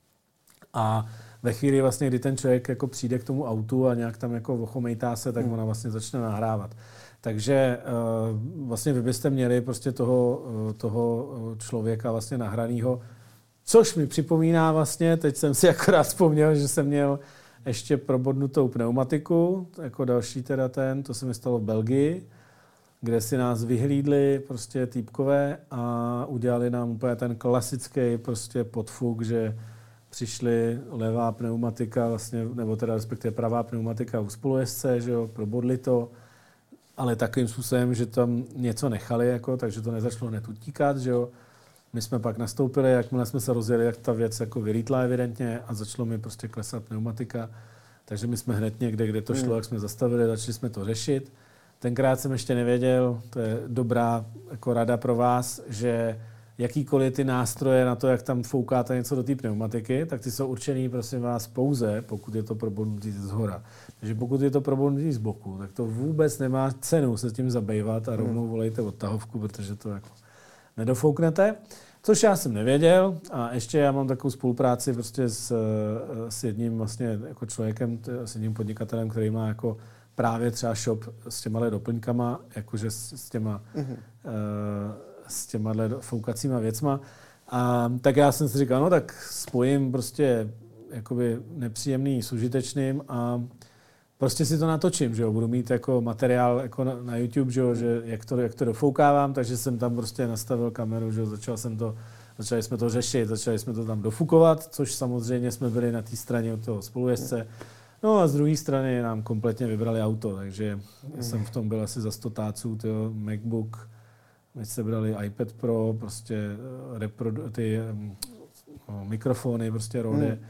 B: A ve chvíli vlastně, kdy ten člověk jako přijde k tomu autu a nějak tam jako ochomejtá se, tak ona vlastně začne nahrávat. Takže uh, vlastně vy byste měli prostě toho, uh, toho člověka vlastně nahranýho, což mi připomíná vlastně, teď jsem si akorát vzpomněl, že jsem měl ještě probodnutou pneumatiku, jako další teda ten, to se mi stalo v Belgii, kde si nás vyhlídli prostě týpkové a udělali nám úplně ten klasický prostě podfuk, že přišli levá pneumatika, vlastně, nebo teda respektive pravá pneumatika u spolujezdce, že jo, probodli to, ale takovým způsobem, že tam něco nechali, jako, takže to nezačalo hned utíkat, že jo. My jsme pak nastoupili, jakmile jsme se rozjeli, jak ta věc jako vylítla evidentně a začalo mi prostě klesat pneumatika, takže my jsme hned někde, kde to šlo, mm. jak jsme zastavili, začali jsme to řešit. Tenkrát jsem ještě nevěděl, to je dobrá jako rada pro vás, že jakýkoliv ty nástroje na to, jak tam foukáte něco do té pneumatiky, tak ty jsou určený, prosím vás, pouze, pokud je to probodnutý zhora. Takže pokud je to probodnutý z boku, tak to vůbec nemá cenu se tím zabývat a rovnou volejte odtahovku, protože to jako nedofouknete. Což já jsem nevěděl a ještě já mám takovou spolupráci prostě s, s jedním vlastně jako člověkem, s jedním podnikatelem, který má jako právě třeba shop s těma doplňkama, jakože s, s těma mm-hmm. uh, s těma foukacíma věcma. A tak já jsem si říkal, no tak spojím prostě jakoby nepříjemný s užitečným a prostě si to natočím, že jo, budu mít jako materiál jako na, na YouTube, že jo, že jak to, jak to dofoukávám, takže jsem tam prostě nastavil kameru, že jo, začal jsem to, začali jsme to řešit, začali jsme to tam dofukovat, což samozřejmě jsme byli na té straně od toho spolujezdce. No a z druhé strany nám kompletně vybrali auto, takže jsem v tom byl asi za sto táců, tyjo, MacBook, my jsme brali iPad Pro, prostě reprodu- ty no, mikrofony, prostě Rode. Hmm.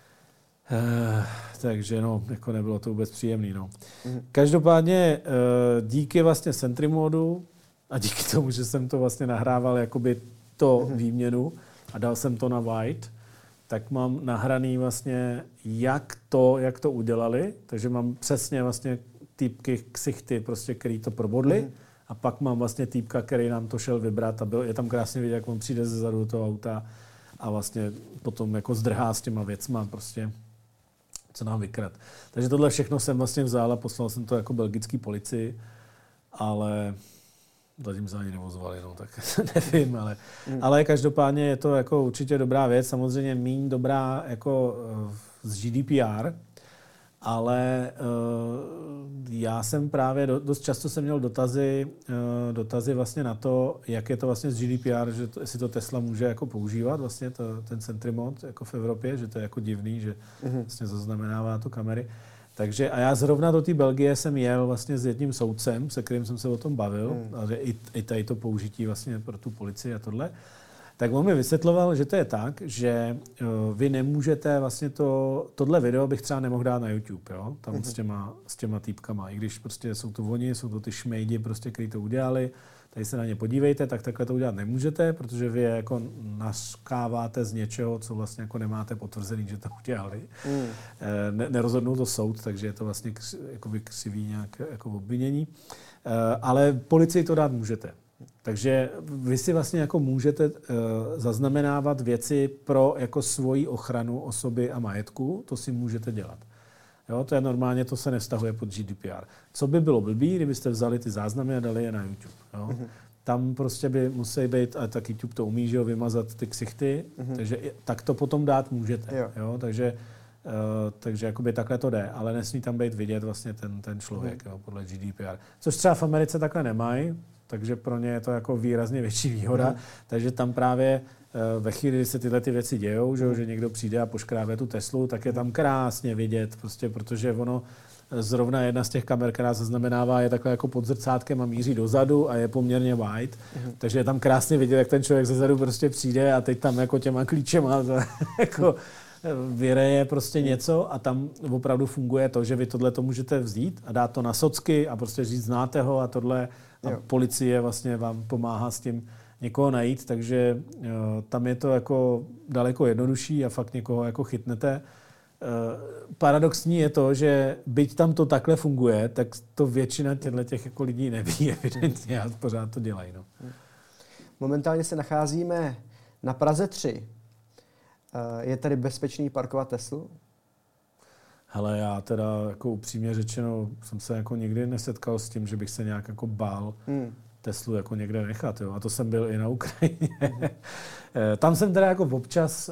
B: Uh, takže no, jako nebylo to vůbec příjemný. No. Hmm. Každopádně uh, díky vlastně Sentry modu a díky tomu, že jsem to vlastně nahrával jakoby to hmm. výměnu a dal jsem to na white, tak mám nahraný vlastně jak to, jak to udělali, takže mám přesně vlastně týpky ksichty, prostě, který to probodli. Hmm. A pak mám vlastně týpka, který nám to šel vybrat a byl, je tam krásně vidět, jak on přijde ze zadu do toho auta a vlastně potom jako zdrhá s těma věcma prostě, co nám vykrat. Takže tohle všechno jsem vlastně vzal a poslal jsem to jako belgický policii, ale zatím se ani nevozovali, no, tak nevím, ale, mm. ale každopádně je to jako určitě dobrá věc, samozřejmě míň dobrá jako z G D P R, ale uh, já jsem právě, do, dost často jsem měl dotazy, uh, dotazy vlastně na to, jak je to vlastně z G D P R, že to, jestli to Tesla může jako používat, vlastně to, ten Sentry Mode jako v Evropě, že to je jako divný, že mm-hmm. vlastně zaznamenává to kamery. Takže a já zrovna do té Belgie jsem jel vlastně s jedním soudcem, se kterým jsem se o tom bavil, mm. a že i, i tady to použití vlastně pro tu policii a tohle. Tak on mi vysvětloval, že to je tak, že uh, vy nemůžete vlastně to, tohle video bych třeba nemohl dát na YouTube, jo? Tam mm-hmm. s těma, s těma týpkama. I když prostě jsou to oni, jsou to ty šmejdi, prostě, kteří to udělali, tady se na ně podívejte, tak takhle to udělat nemůžete, protože vy je jako naskáváte z něčeho, co vlastně jako nemáte potvrzený, že to udělali. Mm. Ne, nerozhodnul to soud, takže je to vlastně kři, jakoby křivý nějak jako obvinění. Ale policii to dát můžete. Takže vy si vlastně jako můžete uh, zaznamenávat věci pro jako svoji ochranu osoby a majetku, to si můžete dělat. Jo, to je normálně, to se nevztahuje pod G D P R. Co by bylo blbý, kdybyste vzali ty záznamy a dali je na YouTube. Jo? Mm-hmm. Tam prostě by musí být, a tak YouTube to umí, že jo, vymazat ty ksichty, mm-hmm. takže tak to potom dát můžete. Jo. Jo? Takže, uh, takže jakoby takhle to jde, ale nesmí tam být vidět vlastně ten, ten člověk, mm-hmm. jo, podle G D P R. Což třeba v Americe takhle nemají, takže pro ně je to jako výrazně větší výhoda. Mm. Takže tam právě ve chvíli, kdy se tyhle ty věci dějou, že, že někdo přijde a poškrábe tu Teslu, tak je tam krásně vidět, prostě, protože ono zrovna jedna z těch kamer, která zaznamenává, je takhle jako pod zrcátkem a míří dozadu a je poměrně wide. Mm. Takže je tam krásně vidět, jak ten člověk zezadu prostě přijde a teď tam jako těma klíčema jako vyreje prostě něco a tam opravdu funguje to, že vy tohle to můžete vzít a dát to na socky a prostě říct, znáte ho a tohle a jo. Policie vlastně vám pomáhá s tím někoho najít, takže uh, tam je to jako daleko jednodušší a fakt někoho jako chytnete. Uh, paradoxní je to, že byť tam to takhle funguje, tak to většina těchto těch jako lidí neví evidentně a pořád to dělají. No.
A: Momentálně se nacházíme na Praze tři. Uh, je tady bezpečný parkovat Teslu?
B: Hele, já teda jako upřímně řečeno jsem se jako nikdy nesetkal s tím, že bych se nějak jako bál. Hmm. Teslu jako někde nechat. Jo. A to jsem byl i na Ukrajině. Tam jsem teda jako občas uh,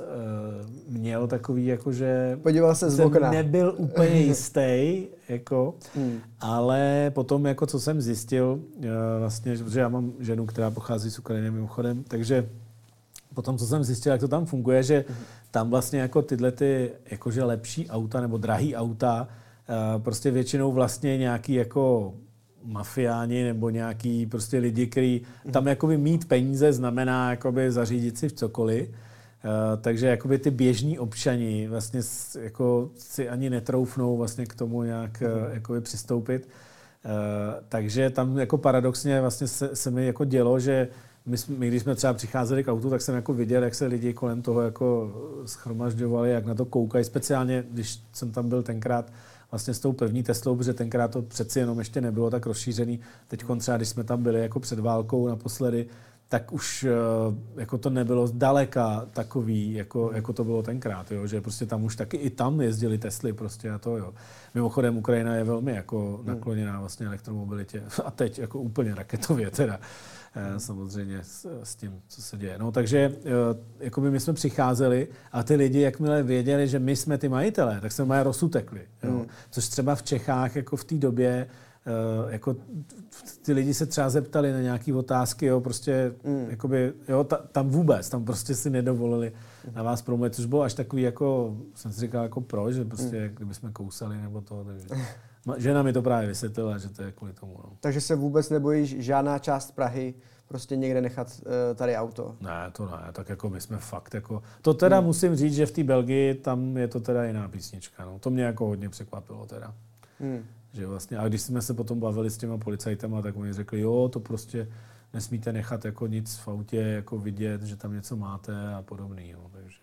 B: měl takový, jako že
A: podíval se z okna.
B: Nebyl úplně jistý, jako, hmm. ale potom, jako co jsem zjistil, uh, vlastně, že já mám ženu, která pochází z Ukrajiny mimochodem, takže potom, co jsem zjistil, jak to tam funguje, že hmm. tam vlastně jako tyhle ty jakože lepší auta nebo drahý auta uh, prostě většinou vlastně nějaký jako mafiáni nebo nějaký prostě lidi, kteří tam jakoby mít peníze znamená jakoby zařídit si v cokoliv. Uh, takže jakoby ty běžní občani vlastně s, jako si ani netroufnou vlastně k tomu nějak uh, jakoby přistoupit. Uh, takže tam jako paradoxně vlastně se, se mi jako dělo, že my, my, když jsme třeba přicházeli k autu, tak jsem jako viděl, jak se lidi kolem toho jako schromažďovali, jak na to koukají, speciálně když jsem tam byl tenkrát vlastně s tou první Teslou, protože tenkrát to přeci jenom ještě nebylo tak rozšířený. Teď třeba, když jsme tam byli jako před válkou naposledy, tak už jako to nebylo zdaleka takový, jako, jako to bylo tenkrát, jo? Že prostě tam už taky i tam jezdili Tesly prostě a to, jo. Mimochodem Ukrajina je velmi jako nakloněná vlastně elektromobilitě a teď jako úplně raketově teda. Samozřejmě s, s tím, co se děje. No, takže jako my jsme přicházeli a ty lidi, jakmile věděli, že my jsme ty majitelé, tak se mají rozutekli. Jo? Mm. Což třeba v Čechách jako v té době jako ty lidi se třeba zeptali na nějaké otázky, jo, prostě mm. jakoby, jo, ta, tam vůbec, tam prostě si nedovolili na vás promluvit, což bylo až takový jako, jsem si říkal jako proč, že prostě mm. kdyby jsme kousali nebo to, takže žena mi to právě vysvětlila, že to je kvůli tomu. No.
A: Takže se vůbec nebojíš žádná část Prahy prostě někde nechat uh, tady auto?
B: Ne, to ne, tak jako my jsme fakt jako... To teda hmm. musím říct, že v té Belgii tam je to teda jiná písnička, no. To mě jako hodně překvapilo teda. Hmm. Že vlastně, a když jsme se potom bavili s těma policajtama, tak oni řekli, jo, to prostě nesmíte nechat jako nic v autě jako vidět, že tam něco máte a podobný, jo, takže...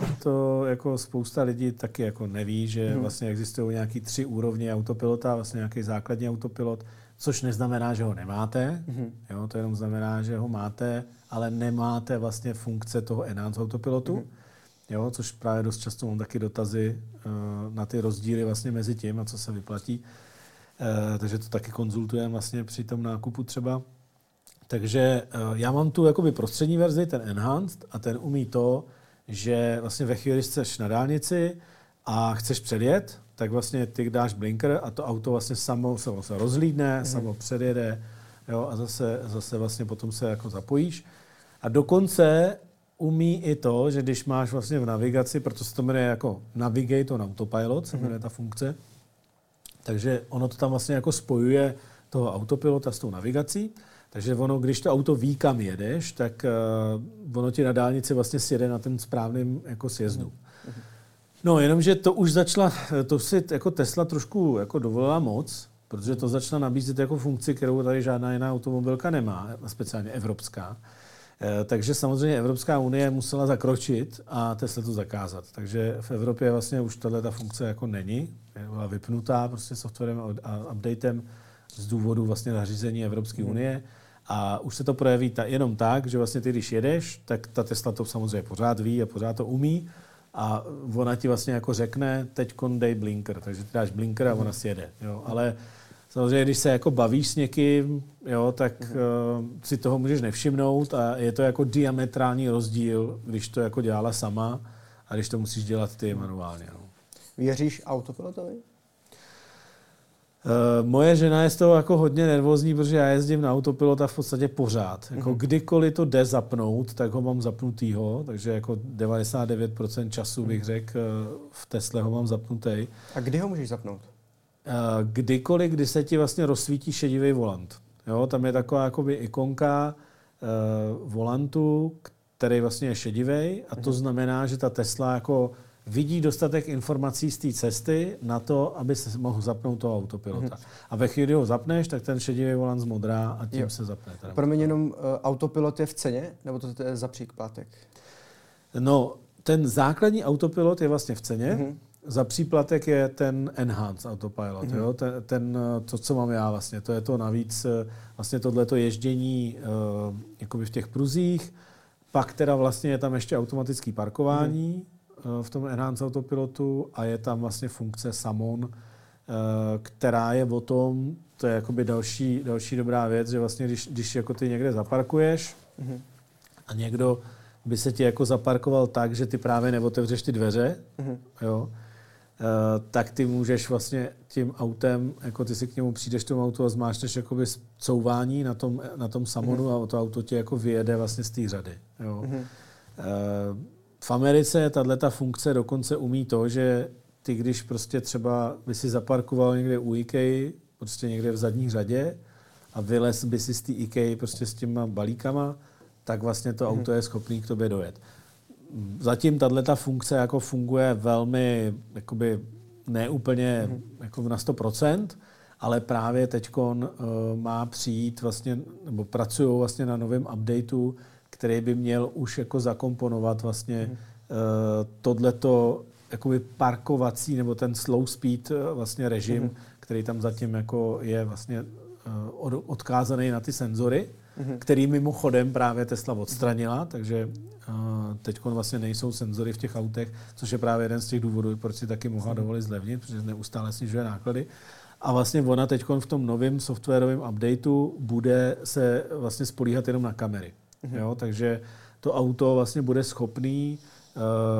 B: To jako spousta lidí taky jako neví, že hmm. vlastně existují nějaký tři úrovně autopilota, vlastně nějaký základní autopilot, což neznamená, že ho nemáte, hmm. jo, to jenom znamená, že ho máte, ale nemáte vlastně funkce toho enhanced autopilotu, hmm. jo, což právě dost často mám taky dotazy uh, na ty rozdíly vlastně mezi tím a co se vyplatí. Uh, takže to taky konzultujeme vlastně při tom nákupu třeba. Takže uh, já mám tu jakoby prostřední verzi, ten enhanced, a ten umí to, že vlastně ve chvíli, jsi na dálnici a chceš předjet, tak vlastně ty dáš blinker a to auto vlastně samo se vlastně rozhlídne, mm. samo předjede, jo, a zase, zase vlastně potom se jako zapojíš. A dokonce umí i to, že když máš vlastně v navigaci, proto se to jmenuje jako Navigate on Autopilot, se jmenuje ta funkce, takže ono to tam vlastně jako spojuje toho autopilota s tou navigací. Takže ono, když to auto ví, kam jedeš, tak uh, ono ti na dálnici vlastně sjede na ten správným jako sjezdu. No, jenomže to už začala, to si jako Tesla trošku jako dovolila moc, protože to začala nabízet jako funkci, kterou tady žádná jiná automobilka nemá, speciálně evropská. E, takže samozřejmě Evropská unie musela zakročit a Tesla to zakázat. Takže v Evropě vlastně už tato funkce jako není, byla vypnutá prostě softwarem a updatem z důvodu vlastně nařízení Evropské unie. A už se to projeví ta, jenom tak, že vlastně ty, když jedeš, tak ta Tesla to samozřejmě pořád ví a pořád to umí a ona ti vlastně jako řekne, teďkon dej blinker, takže ty dáš blinker a ona si jede. Jo. Ale samozřejmě, když se jako bavíš s někým, jo, tak uh, si toho můžeš nevšimnout a je to jako diametrální rozdíl, když to jako dělala sama a když to musíš dělat ty manuálně. No.
A: Věříš autopilotovi?
B: Uh, moje žena je z toho jako hodně nervózní, protože já jezdím na autopilota v podstatě pořád. Jako mm-hmm. kdykoliv to jde zapnout, tak ho mám zapnutýho, takže jako devadesát devět procent času bych řekl, v Tesle ho mám zapnutý.
A: A kdy ho můžeš zapnout?
B: Uh, kdykoliv, kdy se ti vlastně rozsvítí šedivý volant. Jo, tam je taková jakoby ikonka uh, volantu, který vlastně je šedivý a to mm-hmm. znamená, že ta Tesla jako vidí dostatek informací z té cesty na to, aby se mohl zapnout toho autopilota. Mm-hmm. A ve chvíli, kdy ho zapneš, tak ten šedivý volant zmodrá a tím jo. se zapne.
A: Promiň, jenom uh, autopilot je v ceně? Nebo to, to je za příplatek?
B: No, ten základní autopilot je vlastně v ceně. Mm-hmm. Za příplatek je ten enhanced autopilot. Mm-hmm. Jo? Ten, ten, to, co mám já vlastně. To je to navíc, vlastně tohleto ježdění uh, jakoby v těch pruzích. Pak teda vlastně je tam ještě automatické parkování, mm-hmm. v tom enhanced autopilotu a je tam vlastně funkce Samon, která je o tom, to je jakoby další, další dobrá věc, že vlastně když, když jako ty někde zaparkuješ mm-hmm. a někdo by se ti jako zaparkoval tak, že ty právě neotevřeš ty dveře, mm-hmm. jo, Uh, tak ty můžeš vlastně tím autem, jako ty si k němu přijdeš k tomu autu a zmášneš jakoby couvání na tom, na tom samonu mm-hmm. a to auto ti jako vyjede vlastně z té řady. Jo. Mm-hmm. Uh, v Americe tato funkce dokonce umí to, že ty, když prostě třeba by si zaparkoval někde u IKEA, prostě někde v zadní řadě a vylez by si z té IKEA prostě s těma balíkama, tak vlastně to mm-hmm. auto je schopný k tobě dojet. Zatím tato funkce jako funguje velmi jakoby neúplně mm-hmm. jako na sto procent, ale právě teďkon uh, má přijít vlastně, nebo pracují vlastně na novém updateu, který by měl už jako zakomponovat vlastně mm-hmm. uh, tohleto jakoby parkovací nebo ten slow speed uh, vlastně režim, mm-hmm. který tam zatím jako je vlastně uh, od, odkázaný na ty senzory, mm-hmm. který mimochodem právě Tesla odstranila, takže uh, teď vlastně nejsou senzory v těch autech, což je právě jeden z těch důvodů, proč si taky mohla dovolit zlevnit, protože neustále snižuje náklady. A vlastně ona teď v tom novém softwarovém updateu bude se vlastně spolíhat jenom na kamery. Mm-hmm. Jo? Takže to auto vlastně bude schopný uh,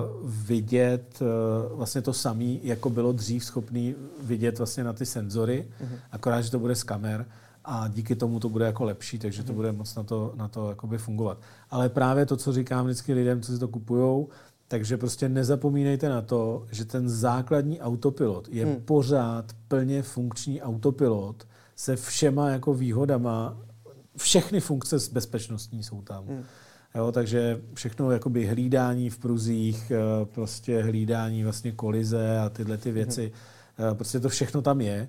B: vidět uh, vlastně to samé, jako bylo dřív schopný vidět vlastně na ty senzory, mm-hmm. akorát, že to bude z kamer. A díky tomu to bude jako lepší, takže to bude moc na to, na to jakoby fungovat. Ale právě to, co říkám vždycky lidem, co si to kupujou, takže prostě nezapomínejte na to, že ten základní autopilot je hmm. pořád plně funkční autopilot se všema jako výhodama. Všechny funkce bezpečnostní jsou tam. Hmm. Jo, takže všechno jakoby hlídání v pruzích, prostě hlídání vlastně kolize a tyhle ty věci. Hmm. Prostě to všechno tam je.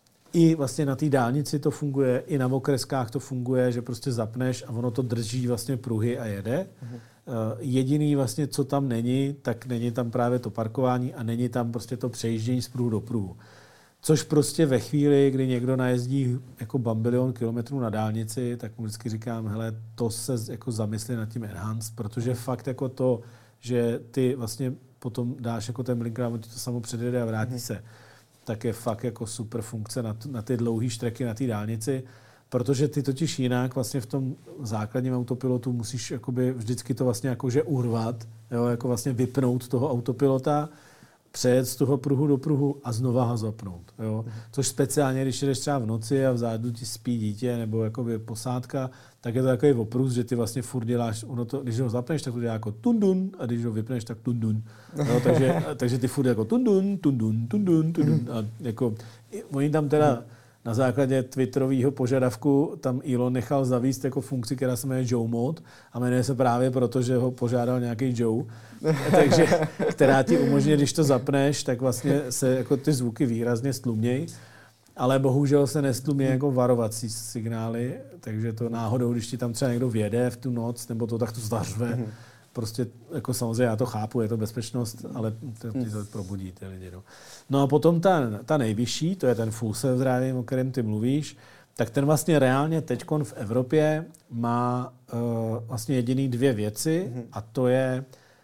B: I vlastně na té dálnici to funguje, i na okreskách to funguje, že prostě zapneš a ono to drží vlastně pruhy a jede. Uh-huh. Uh, jediný vlastně, co tam není, tak není tam právě to parkování a není tam prostě to přejíždění z pruhu do pruhu. Což prostě ve chvíli, kdy někdo najezdí jako bambilion kilometrů na dálnici, tak mu vždycky říkám, hele, to se jako zamysli nad tím enhance, protože fakt jako to, že ty vlastně potom dáš jako ten blinker a on ti to samo předjede a vrátí uh-huh. se, tak je fakt jako super funkce na, t- na ty dlouhé štreky na té dálnici, protože ty totiž jinak vlastně v tom základním autopilotu musíš jakoby vždycky to vlastně jakože urvat, jo, jako vlastně vypnout toho autopilota, přejet z toho pruhu do pruhu a znova ho zapnout. Jo. Což speciálně, když jdeš třeba v noci a vzadu ti spí dítě nebo jakoby posádka, tak je to takový oprus, že ty vlastně furt děláš, ono to, když ho zapneš, tak to dělá jako tundun a když ho vypneš, tak tundun. Jo, takže, takže ty furt jako tundun, tundun, tundun, tundun. A jako, oni tam teda na základě twitterového požadavku tam Elon nechal zavést jako funkci, která se jmenuje Joe Mode a jmenuje se právě proto, že ho požádal nějaký Joe, takže, která ti umožňuje, když to zapneš, tak vlastně se jako ty zvuky výrazně stlumějí, ale bohužel se nestlumí jako varovací signály, takže to náhodou, když ti tam třeba někdo vjede v tu noc, nebo to tak to zařve, prostě jako samozřejmě já to chápu, je to bezpečnost, ale to, ty to probudí ty lidi. No, no a potom ta, ta nejvyšší, to je ten full self-driving, o kterém ty mluvíš, tak ten vlastně reálně teďkon v Evropě má uh, vlastně jediný dvě věci a to je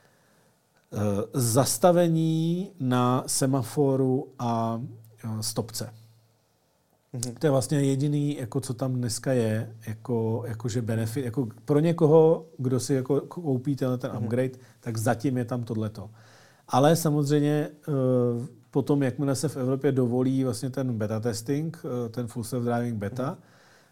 B: uh, zastavení na semaforu a uh, stopce. To je vlastně jediný, jako co tam dneska je, jako, jakože benefit. Jako pro někoho, kdo si jako koupí ten, ten upgrade, mm. tak zatím je tam tohleto. Ale samozřejmě potom, jakmile se v Evropě dovolí vlastně ten beta testing, ten full self-driving beta, mm.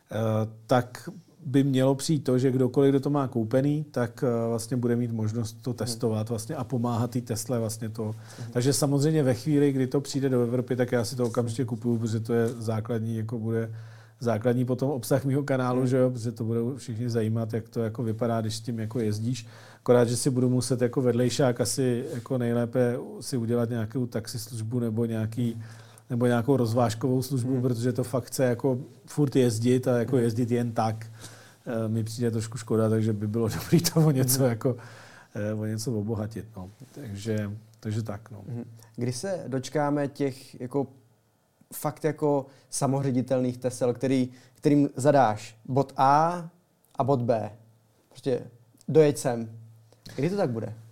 B: tak by mělo přijít to, že kdokoliv, kdo to má koupený, tak vlastně bude mít možnost to testovat vlastně a pomáhat té Tesle vlastně to. Mm. Takže samozřejmě ve chvíli, kdy to přijde do Evropy, tak já si to okamžitě kupuju, protože to je základní, jako bude základní potom obsah mého kanálu, mm. že jo, protože to budou všichni zajímat, jak to jako vypadá, když s tím jako jezdíš. Akorát, že si budu muset jako vedlejšák asi jako nejlépe si udělat nějakou taxislužbu nebo nějaký nebo nějakou rozvážkovou službu, mm. protože to fakt chce jako furt jezdit a jako jezdit jen tak. Mi přijde trošku škoda, takže by bylo dobré to o něco, mm. jako, o něco obohatit. No. Takže, takže tak. No.
A: Kdy se dočkáme těch jako, fakt jako samoředitelných Tesel, který, kterým zadáš bod A a bod B? Prostě dojeď sem. Kdy to tak bude?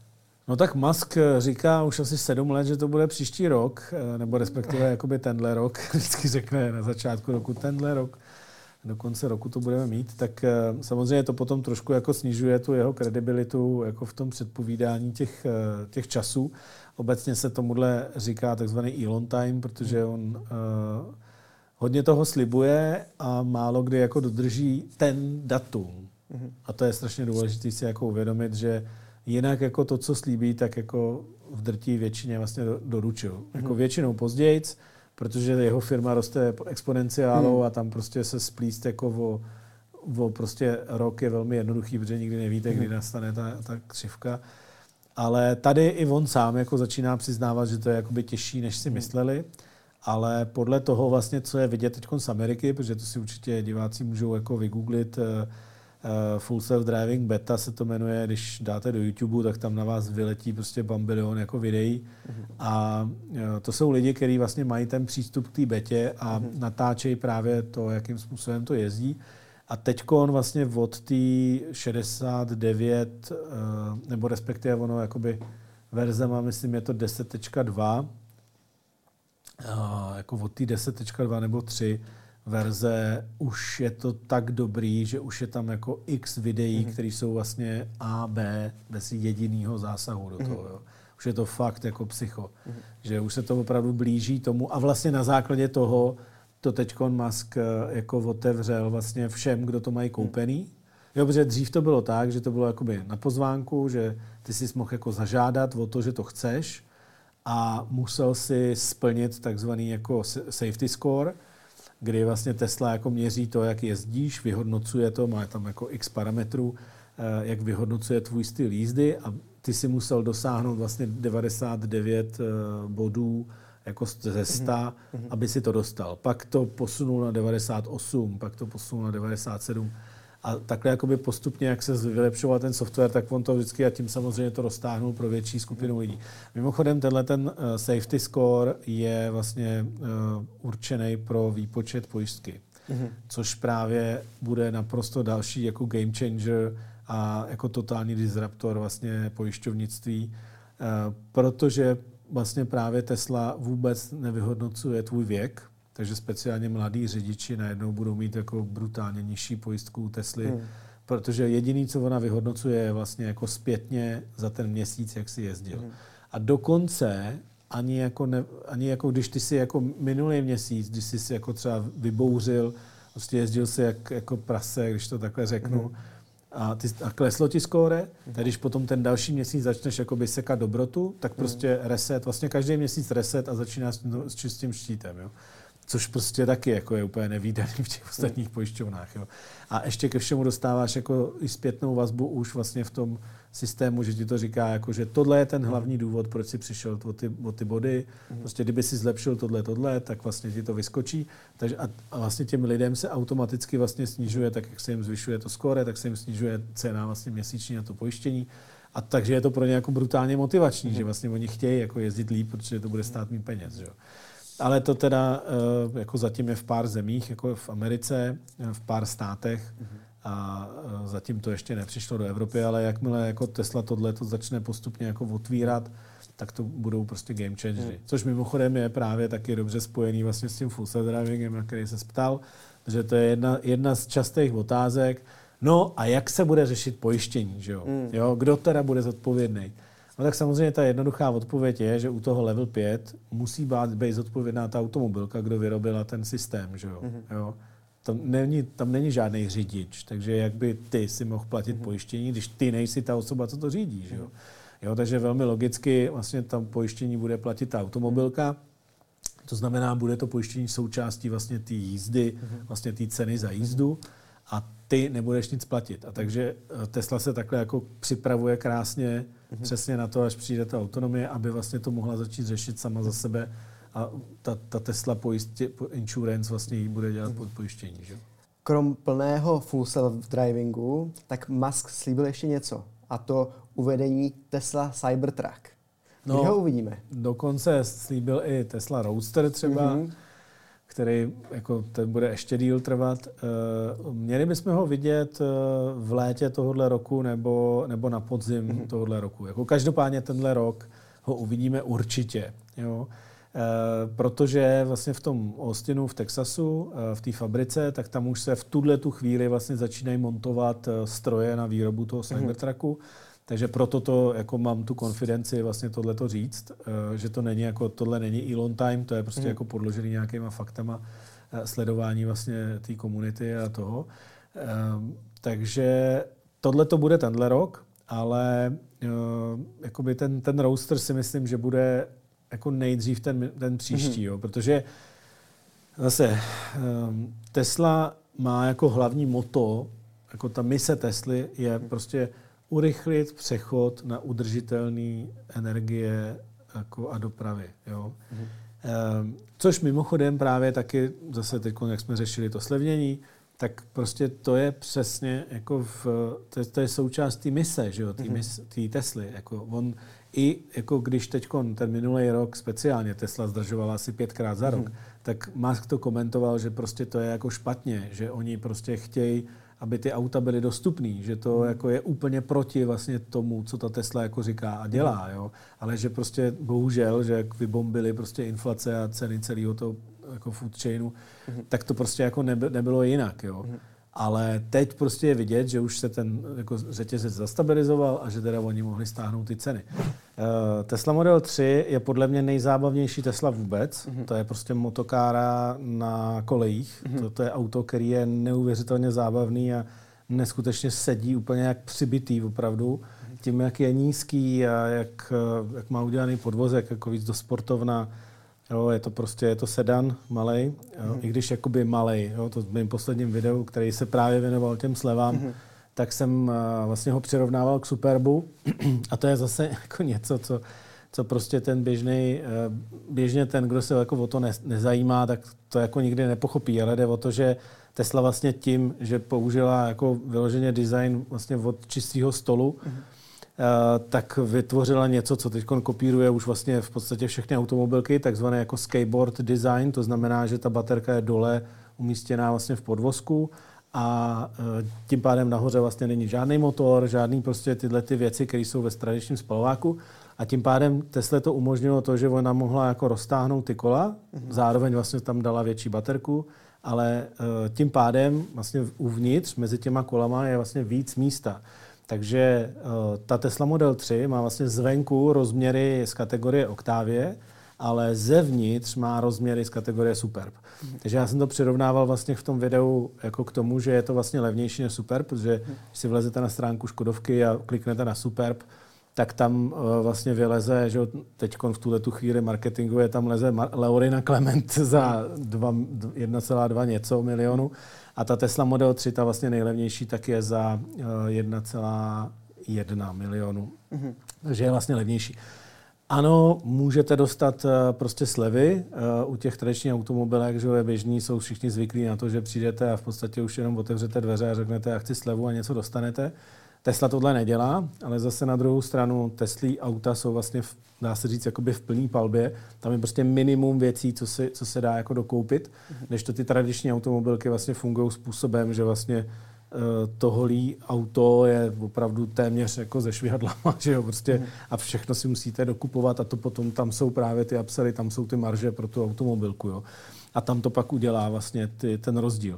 B: No tak Musk říká už asi sedm let, že to bude příští rok, nebo respektive jakoby tenhle rok. Vždycky řekne na začátku roku tenhle rok. Do konce roku to budeme mít, tak samozřejmě to potom trošku jako snižuje tu jeho kredibilitu jako v tom předpovídání těch, těch časů. Obecně se tomuhle říká takzvaný Elon time, protože on uh, hodně toho slibuje a málo kdy jako dodrží ten datum. A to je strašně důležité si jako uvědomit, že jinak jako to, co slíbí, tak jako v drtí většině vlastně doručil. Mm-hmm. Jako většinou pozdějc, protože jeho firma roste exponenciálou mm. a tam prostě se splíst jako o, o prostě rok je velmi jednoduchý, protože nikdy nevíte, mm. kdy nastane ta, ta křivka. Ale tady i on sám jako začíná přiznávat, že to je jakoby těžší, než si mm. mysleli. Ale podle toho vlastně, co je vidět teď z Ameriky, protože to si určitě diváci můžou jako vygooglit, Uh, Full Self-Driving Beta se to jmenuje, když dáte do YouTube, tak tam na vás vyletí prostě bambilion jako videí. Mm-hmm. A uh, to jsou lidi, kteří vlastně mají ten přístup k té betě a mm-hmm. natáčejí právě to, jakým způsobem to jezdí. A teďko on vlastně od té šedesát devět, uh, nebo respektive ono jakoby verze má, myslím, je to deset tečka dva, uh, jako od té deset tečka dva nebo tři, verze už je to tak dobrý, že už je tam jako x videí, mm-hmm. které jsou vlastně A, B, bez jediného zásahu do toho. Mm-hmm. Jo. Už je to fakt jako psycho. Mm-hmm. Že už se to opravdu blíží tomu a vlastně na základě toho to teďkon Musk jako otevřel vlastně všem, kdo to mají koupený. Mm-hmm. Jo, protože dřív to bylo tak, že to bylo jakoby na pozvánku, že ty jsi mohl jako zažádat o to, že to chceš a musel si splnit takzvaný jako safety score, kdy vlastně Tesla jako měří to, jak jezdíš, vyhodnocuje to, má tam jako x parametrů, jak vyhodnocuje tvůj styl jízdy a ty si musel dosáhnout vlastně devadesát devět bodů jako ze sta, mm-hmm. aby si to dostal. Pak to posunul na devadesát osm, pak to posunul na devadesát sedm. A takhle jakoby postupně, jak se vylepšoval ten software, tak on to vždycky a tím samozřejmě to roztáhnul pro větší skupinu lidí. Mimochodem, tenhle ten uh, safety score je vlastně uh, určený pro výpočet pojistky, mm-hmm. což právě bude naprosto další jako game changer a jako totální disruptor vlastně pojišťovnictví, uh, protože vlastně právě Tesla vůbec nevyhodnocuje tvůj věk, takže speciálně mladí řidiči najednou budou mít jako brutálně nižší pojistku Tesly, hmm. protože jediný, co ona vyhodnocuje, je vlastně jako zpětně za ten měsíc, jak si jezdil. Hmm. A dokonce ani jako, ne, ani jako když ty si jako minulý měsíc, když jsi si jako třeba vybouřil, prostě jezdil si jak, jako prase, když to takhle řeknu, hmm. a, ty, a kleslo ti skóre, hmm. tak když potom ten další měsíc začneš jakoby sekat dobrotu, tak prostě hmm. reset, vlastně každý měsíc reset a začínáš s čistým štítem. Jo? Což prostě taky jako je úplně nevídaný v těch ostatních pojišťovnách. Jo. A ještě ke všemu dostáváš jako i zpětnou vazbu už vlastně v tom systému, že ti to říká, jako, že tohle je ten hlavní důvod, proč jsi přišel o ty, o ty body. Prostě kdyby si zlepšil tohle, tohle, tak vlastně ti to vyskočí. Takže a, a vlastně těm lidem se automaticky vlastně snižuje, tak jak se jim zvyšuje to skóre, tak se jim snižuje cena vlastně měsíční na to pojištění. A takže je to pro ně jako brutálně motivační, mm. že vlastně oni chtějí jako jezdit líp, protože to bude stát mít peněz. Že? Ale to teda jako zatím je v pár zemích, jako v Americe, v pár státech a zatím to ještě nepřišlo do Evropy, ale jakmile jako Tesla tohle to začne postupně jako otvírat, tak to budou prostě game changery. Což mimochodem je právě taky dobře spojený vlastně s tím full self-drivingem, na který se ptal, že to je jedna, jedna z častých otázek. No a jak se bude řešit pojištění, že jo? Mm. Jo, kdo teda bude zodpovědný? No tak samozřejmě ta jednoduchá odpověď je, že u toho level pět musí být zodpovědná ta automobilka, kdo vyrobila ten systém, že jo? Mm-hmm. jo? Tam není, tam není žádný řidič, takže jak by ty si mohl platit mm-hmm. pojištění, když ty nejsi ta osoba, co to řídí, že jo? Jo, takže velmi logicky vlastně tam pojištění bude platit ta automobilka, to znamená, bude to pojištění součástí vlastně té jízdy, mm-hmm. vlastně té ceny za jízdu a ty nebudeš nic platit. A takže Tesla se takhle jako připravuje krásně mm-hmm. přesně na to, až přijde ta autonomie, aby vlastně to mohla začít řešit sama za sebe a ta, ta Tesla pojistě, insurance vlastně jí bude dělat pod pojištění. Že?
A: Krom plného full self-drivingu, tak Musk slíbil ještě něco, a to uvedení Tesla Cybertruck. No, kdy ho uvidíme?
B: Dokonce slíbil i Tesla Roadster třeba, mm-hmm. který jako ten bude ještě díl trvat. Měli bychom ho vidět v létě tohohle roku nebo, nebo na podzim mm-hmm. tohohle roku. Jako každopádně tenhle rok ho uvidíme určitě. Jo? Protože vlastně v tom Austinu, v Texasu, v té fabrice, tak tam už se v tuhle tu chvíli vlastně začínají montovat stroje na výrobu toho Cybertrucku. Mm-hmm. Takže proto to, jako mám tu konfidenci vlastně tohleto říct, že to není jako, tohle není Elon time, to je prostě mm. jako podložený nějakýma faktama sledování vlastně té komunity a toho. Takže tohle to bude tenhle rok, ale jakoby ten, ten Roadster si myslím, že bude jako nejdřív ten, ten příští, mm. jo, protože zase Tesla má jako hlavní motto, jako ta mise Tesly je mm. prostě urychlit přechod na udržitelné energie jako a dopravy. Jo? Mm-hmm. Ehm, což mimochodem právě taky, zase teď, jak jsme řešili to slevnění, tak prostě to je přesně jako v, to, je, to je součást té mise, že jo, té mm-hmm. Tesly. Jako on, i jako když teď ten minulý rok speciálně Tesla zdržovala asi pětkrát za rok, mm-hmm. tak Musk to komentoval, že prostě to je jako špatně, že oni prostě chtějí, aby ty auta byly dostupný, že to hmm. jako je úplně proti vlastně tomu, co ta Tesla jako říká a dělá, jo. Ale že prostě bohužel, že jak vybombili prostě inflace a ceny celého toho jako food chainu, hmm. tak to prostě jako neby, nebylo jinak, jo. Hmm. Ale teď prostě je vidět, že už se ten jako řetězec zastabilizoval a že teda oni mohli stáhnout ty ceny. Uh, Tesla Model tři je podle mě nejzábavnější Tesla vůbec. Mm-hmm. To je prostě motokára na kolejích. Mm-hmm. To, to je auto, který je neuvěřitelně zábavný a neskutečně sedí úplně jak přibitý opravdu. Mm-hmm. Tím, jak je nízký a jak, jak má udělaný podvozek, jako víc do sportovna. Jo, je to prostě je to sedan malej, jo, mm. i když jakoby malej. Jo, to v mém posledním videu, který se právě věnoval těm slevám, mm. tak jsem uh, vlastně ho přirovnával k Superbu. A to je zase jako něco, co, co prostě ten běžný, uh, běžně ten, kdo se jako o to ne, nezajímá, tak to jako nikdy nepochopí. Ale jde o to, že Tesla vlastně tím, že použila jako vyloženě design vlastně od čistého stolu, mm. Uh, tak vytvořila něco, co teď kopíruje už vlastně v podstatě všechny automobilky, takzvané jako skateboard design, to znamená, že ta baterka je dole umístěná vlastně v podvozku a uh, tím pádem nahoře vlastně není žádný motor, žádný prostě tyhle ty věci, které jsou ve tradičním spalováku a tím pádem Tesla to umožnilo to, že ona mohla jako roztáhnout ty kola, mm-hmm. zároveň vlastně tam dala větší baterku, ale uh, tím pádem vlastně uvnitř mezi těma kolama je vlastně víc místa. Takže uh, ta Tesla Model tři má vlastně zvenku rozměry z kategorie Octavie, ale zevnitř má rozměry z kategorie Superb. Mm. Takže já jsem to přirovnával vlastně v tom videu jako k tomu, že je to vlastně levnější než Superb, protože mm. když si vlezete na stránku Škodovky a kliknete na Superb, tak tam uh, vlastně vyleze, že teď v tuhletu chvíli marketingově tam leze Mar- Leorina Clement za jedna celá dva něco milionu. A ta Tesla Model tři, ta vlastně nejlevnější, tak je za jedna celá jedna milionu. Mm-hmm. Takže je vlastně levnější. Ano, můžete dostat prostě slevy. U těch tradičních automobilek, že je běžný, jsou všichni zvyklí na to, že přijdete a v podstatě už jenom otevřete dveře a řeknete, já chci slevu a něco dostanete. Tesla tohle nedělá, ale zase na druhou stranu Teslí auta jsou vlastně, v, dá se říct, jakoby v plný palbě. Tam je prostě minimum věcí, co se, co se dá jako dokoupit, mm-hmm. než to ty tradiční automobilky vlastně fungují způsobem, že vlastně uh, to holý auto je opravdu téměř jako ze švihadlama, že jo, prostě mm-hmm. a všechno si musíte dokupovat a to potom tam jsou právě ty upsely, tam jsou ty marže pro tu automobilku, jo. A tam to pak udělá vlastně ty, ten rozdíl.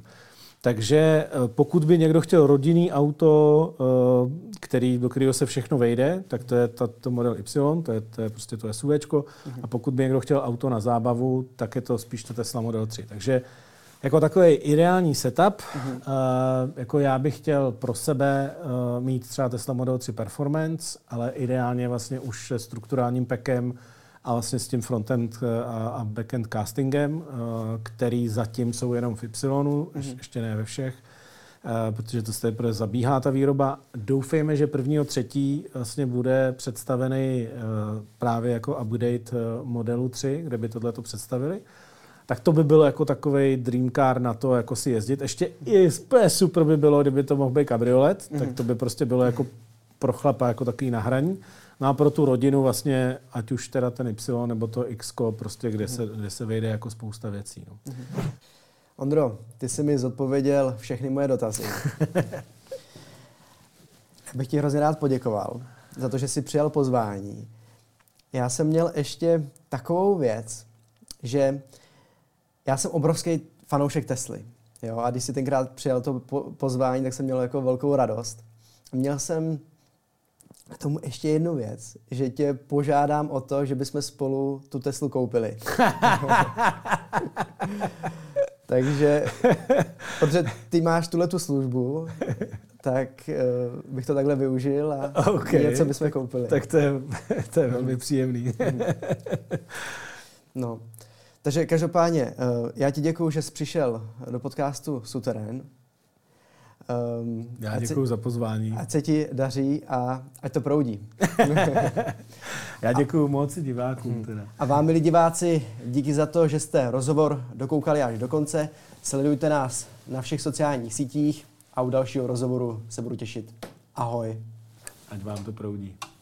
B: Takže pokud by někdo chtěl rodinný auto, který, do kterého se všechno vejde, tak to je to Model Y, to je, to je prostě to SUVčko. Mm-hmm. A pokud by někdo chtěl auto na zábavu, tak je to spíš to Tesla Model tři. Takže jako takový ideální setup, mm-hmm. jako já bych chtěl pro sebe mít třeba Tesla Model tři Performance, ale ideálně vlastně už se strukturálním packem a vlastně s tím frontend a backend castingem, který zatím jsou jenom v Y, mm-hmm. ještě ne ve všech, protože to se teprve zabíhá ta výroba. Doufejme, že prvního třetí vlastně bude představený právě jako update modelu tři, kde by tohleto představili. Tak to by bylo jako takovej dream car na to, jako si jezdit. Ještě i super by bylo, kdyby to mohl být kabriolet, mm-hmm. tak to by prostě bylo jako pro chlapa jako takový na hraní. No a pro tu rodinu vlastně, ať už teda ten Y nebo to X, prostě kde se, kde se vejde jako spousta věcí. No.
A: Ondro, ty jsi mi zodpověděl všechny moje dotazy. Bych ti hrozně rád poděkoval za to, že jsi přijal pozvání. Já jsem měl ještě takovou věc, že já jsem obrovský fanoušek Tesly. Jo? A když jsi tenkrát přijal to pozvání, tak jsem měl jako velkou radost. Měl jsem k tomu ještě jednu věc, že tě požádám o to, že bychom spolu tu Teslu koupili. Takže, protože ty máš tuhletu službu, tak uh, bych to takhle využil a okay. něco bychom koupili.
B: Tak to je, to je velmi příjemný.
A: No, takže každopádně, uh, já ti děkuju, že jsi přišel do podcastu Suterén.
B: Um, já děkuju za pozvání.
A: Ať se ti daří a ať to proudí.
B: Já děkuju a, moc divákům. Teda.
A: A vám, milí diváci, díky za to, že jste rozhovor dokoukali až do konce. Sledujte nás na všech sociálních sítích a u dalšího rozhovoru se budu těšit. Ahoj.
B: Ať vám to proudí.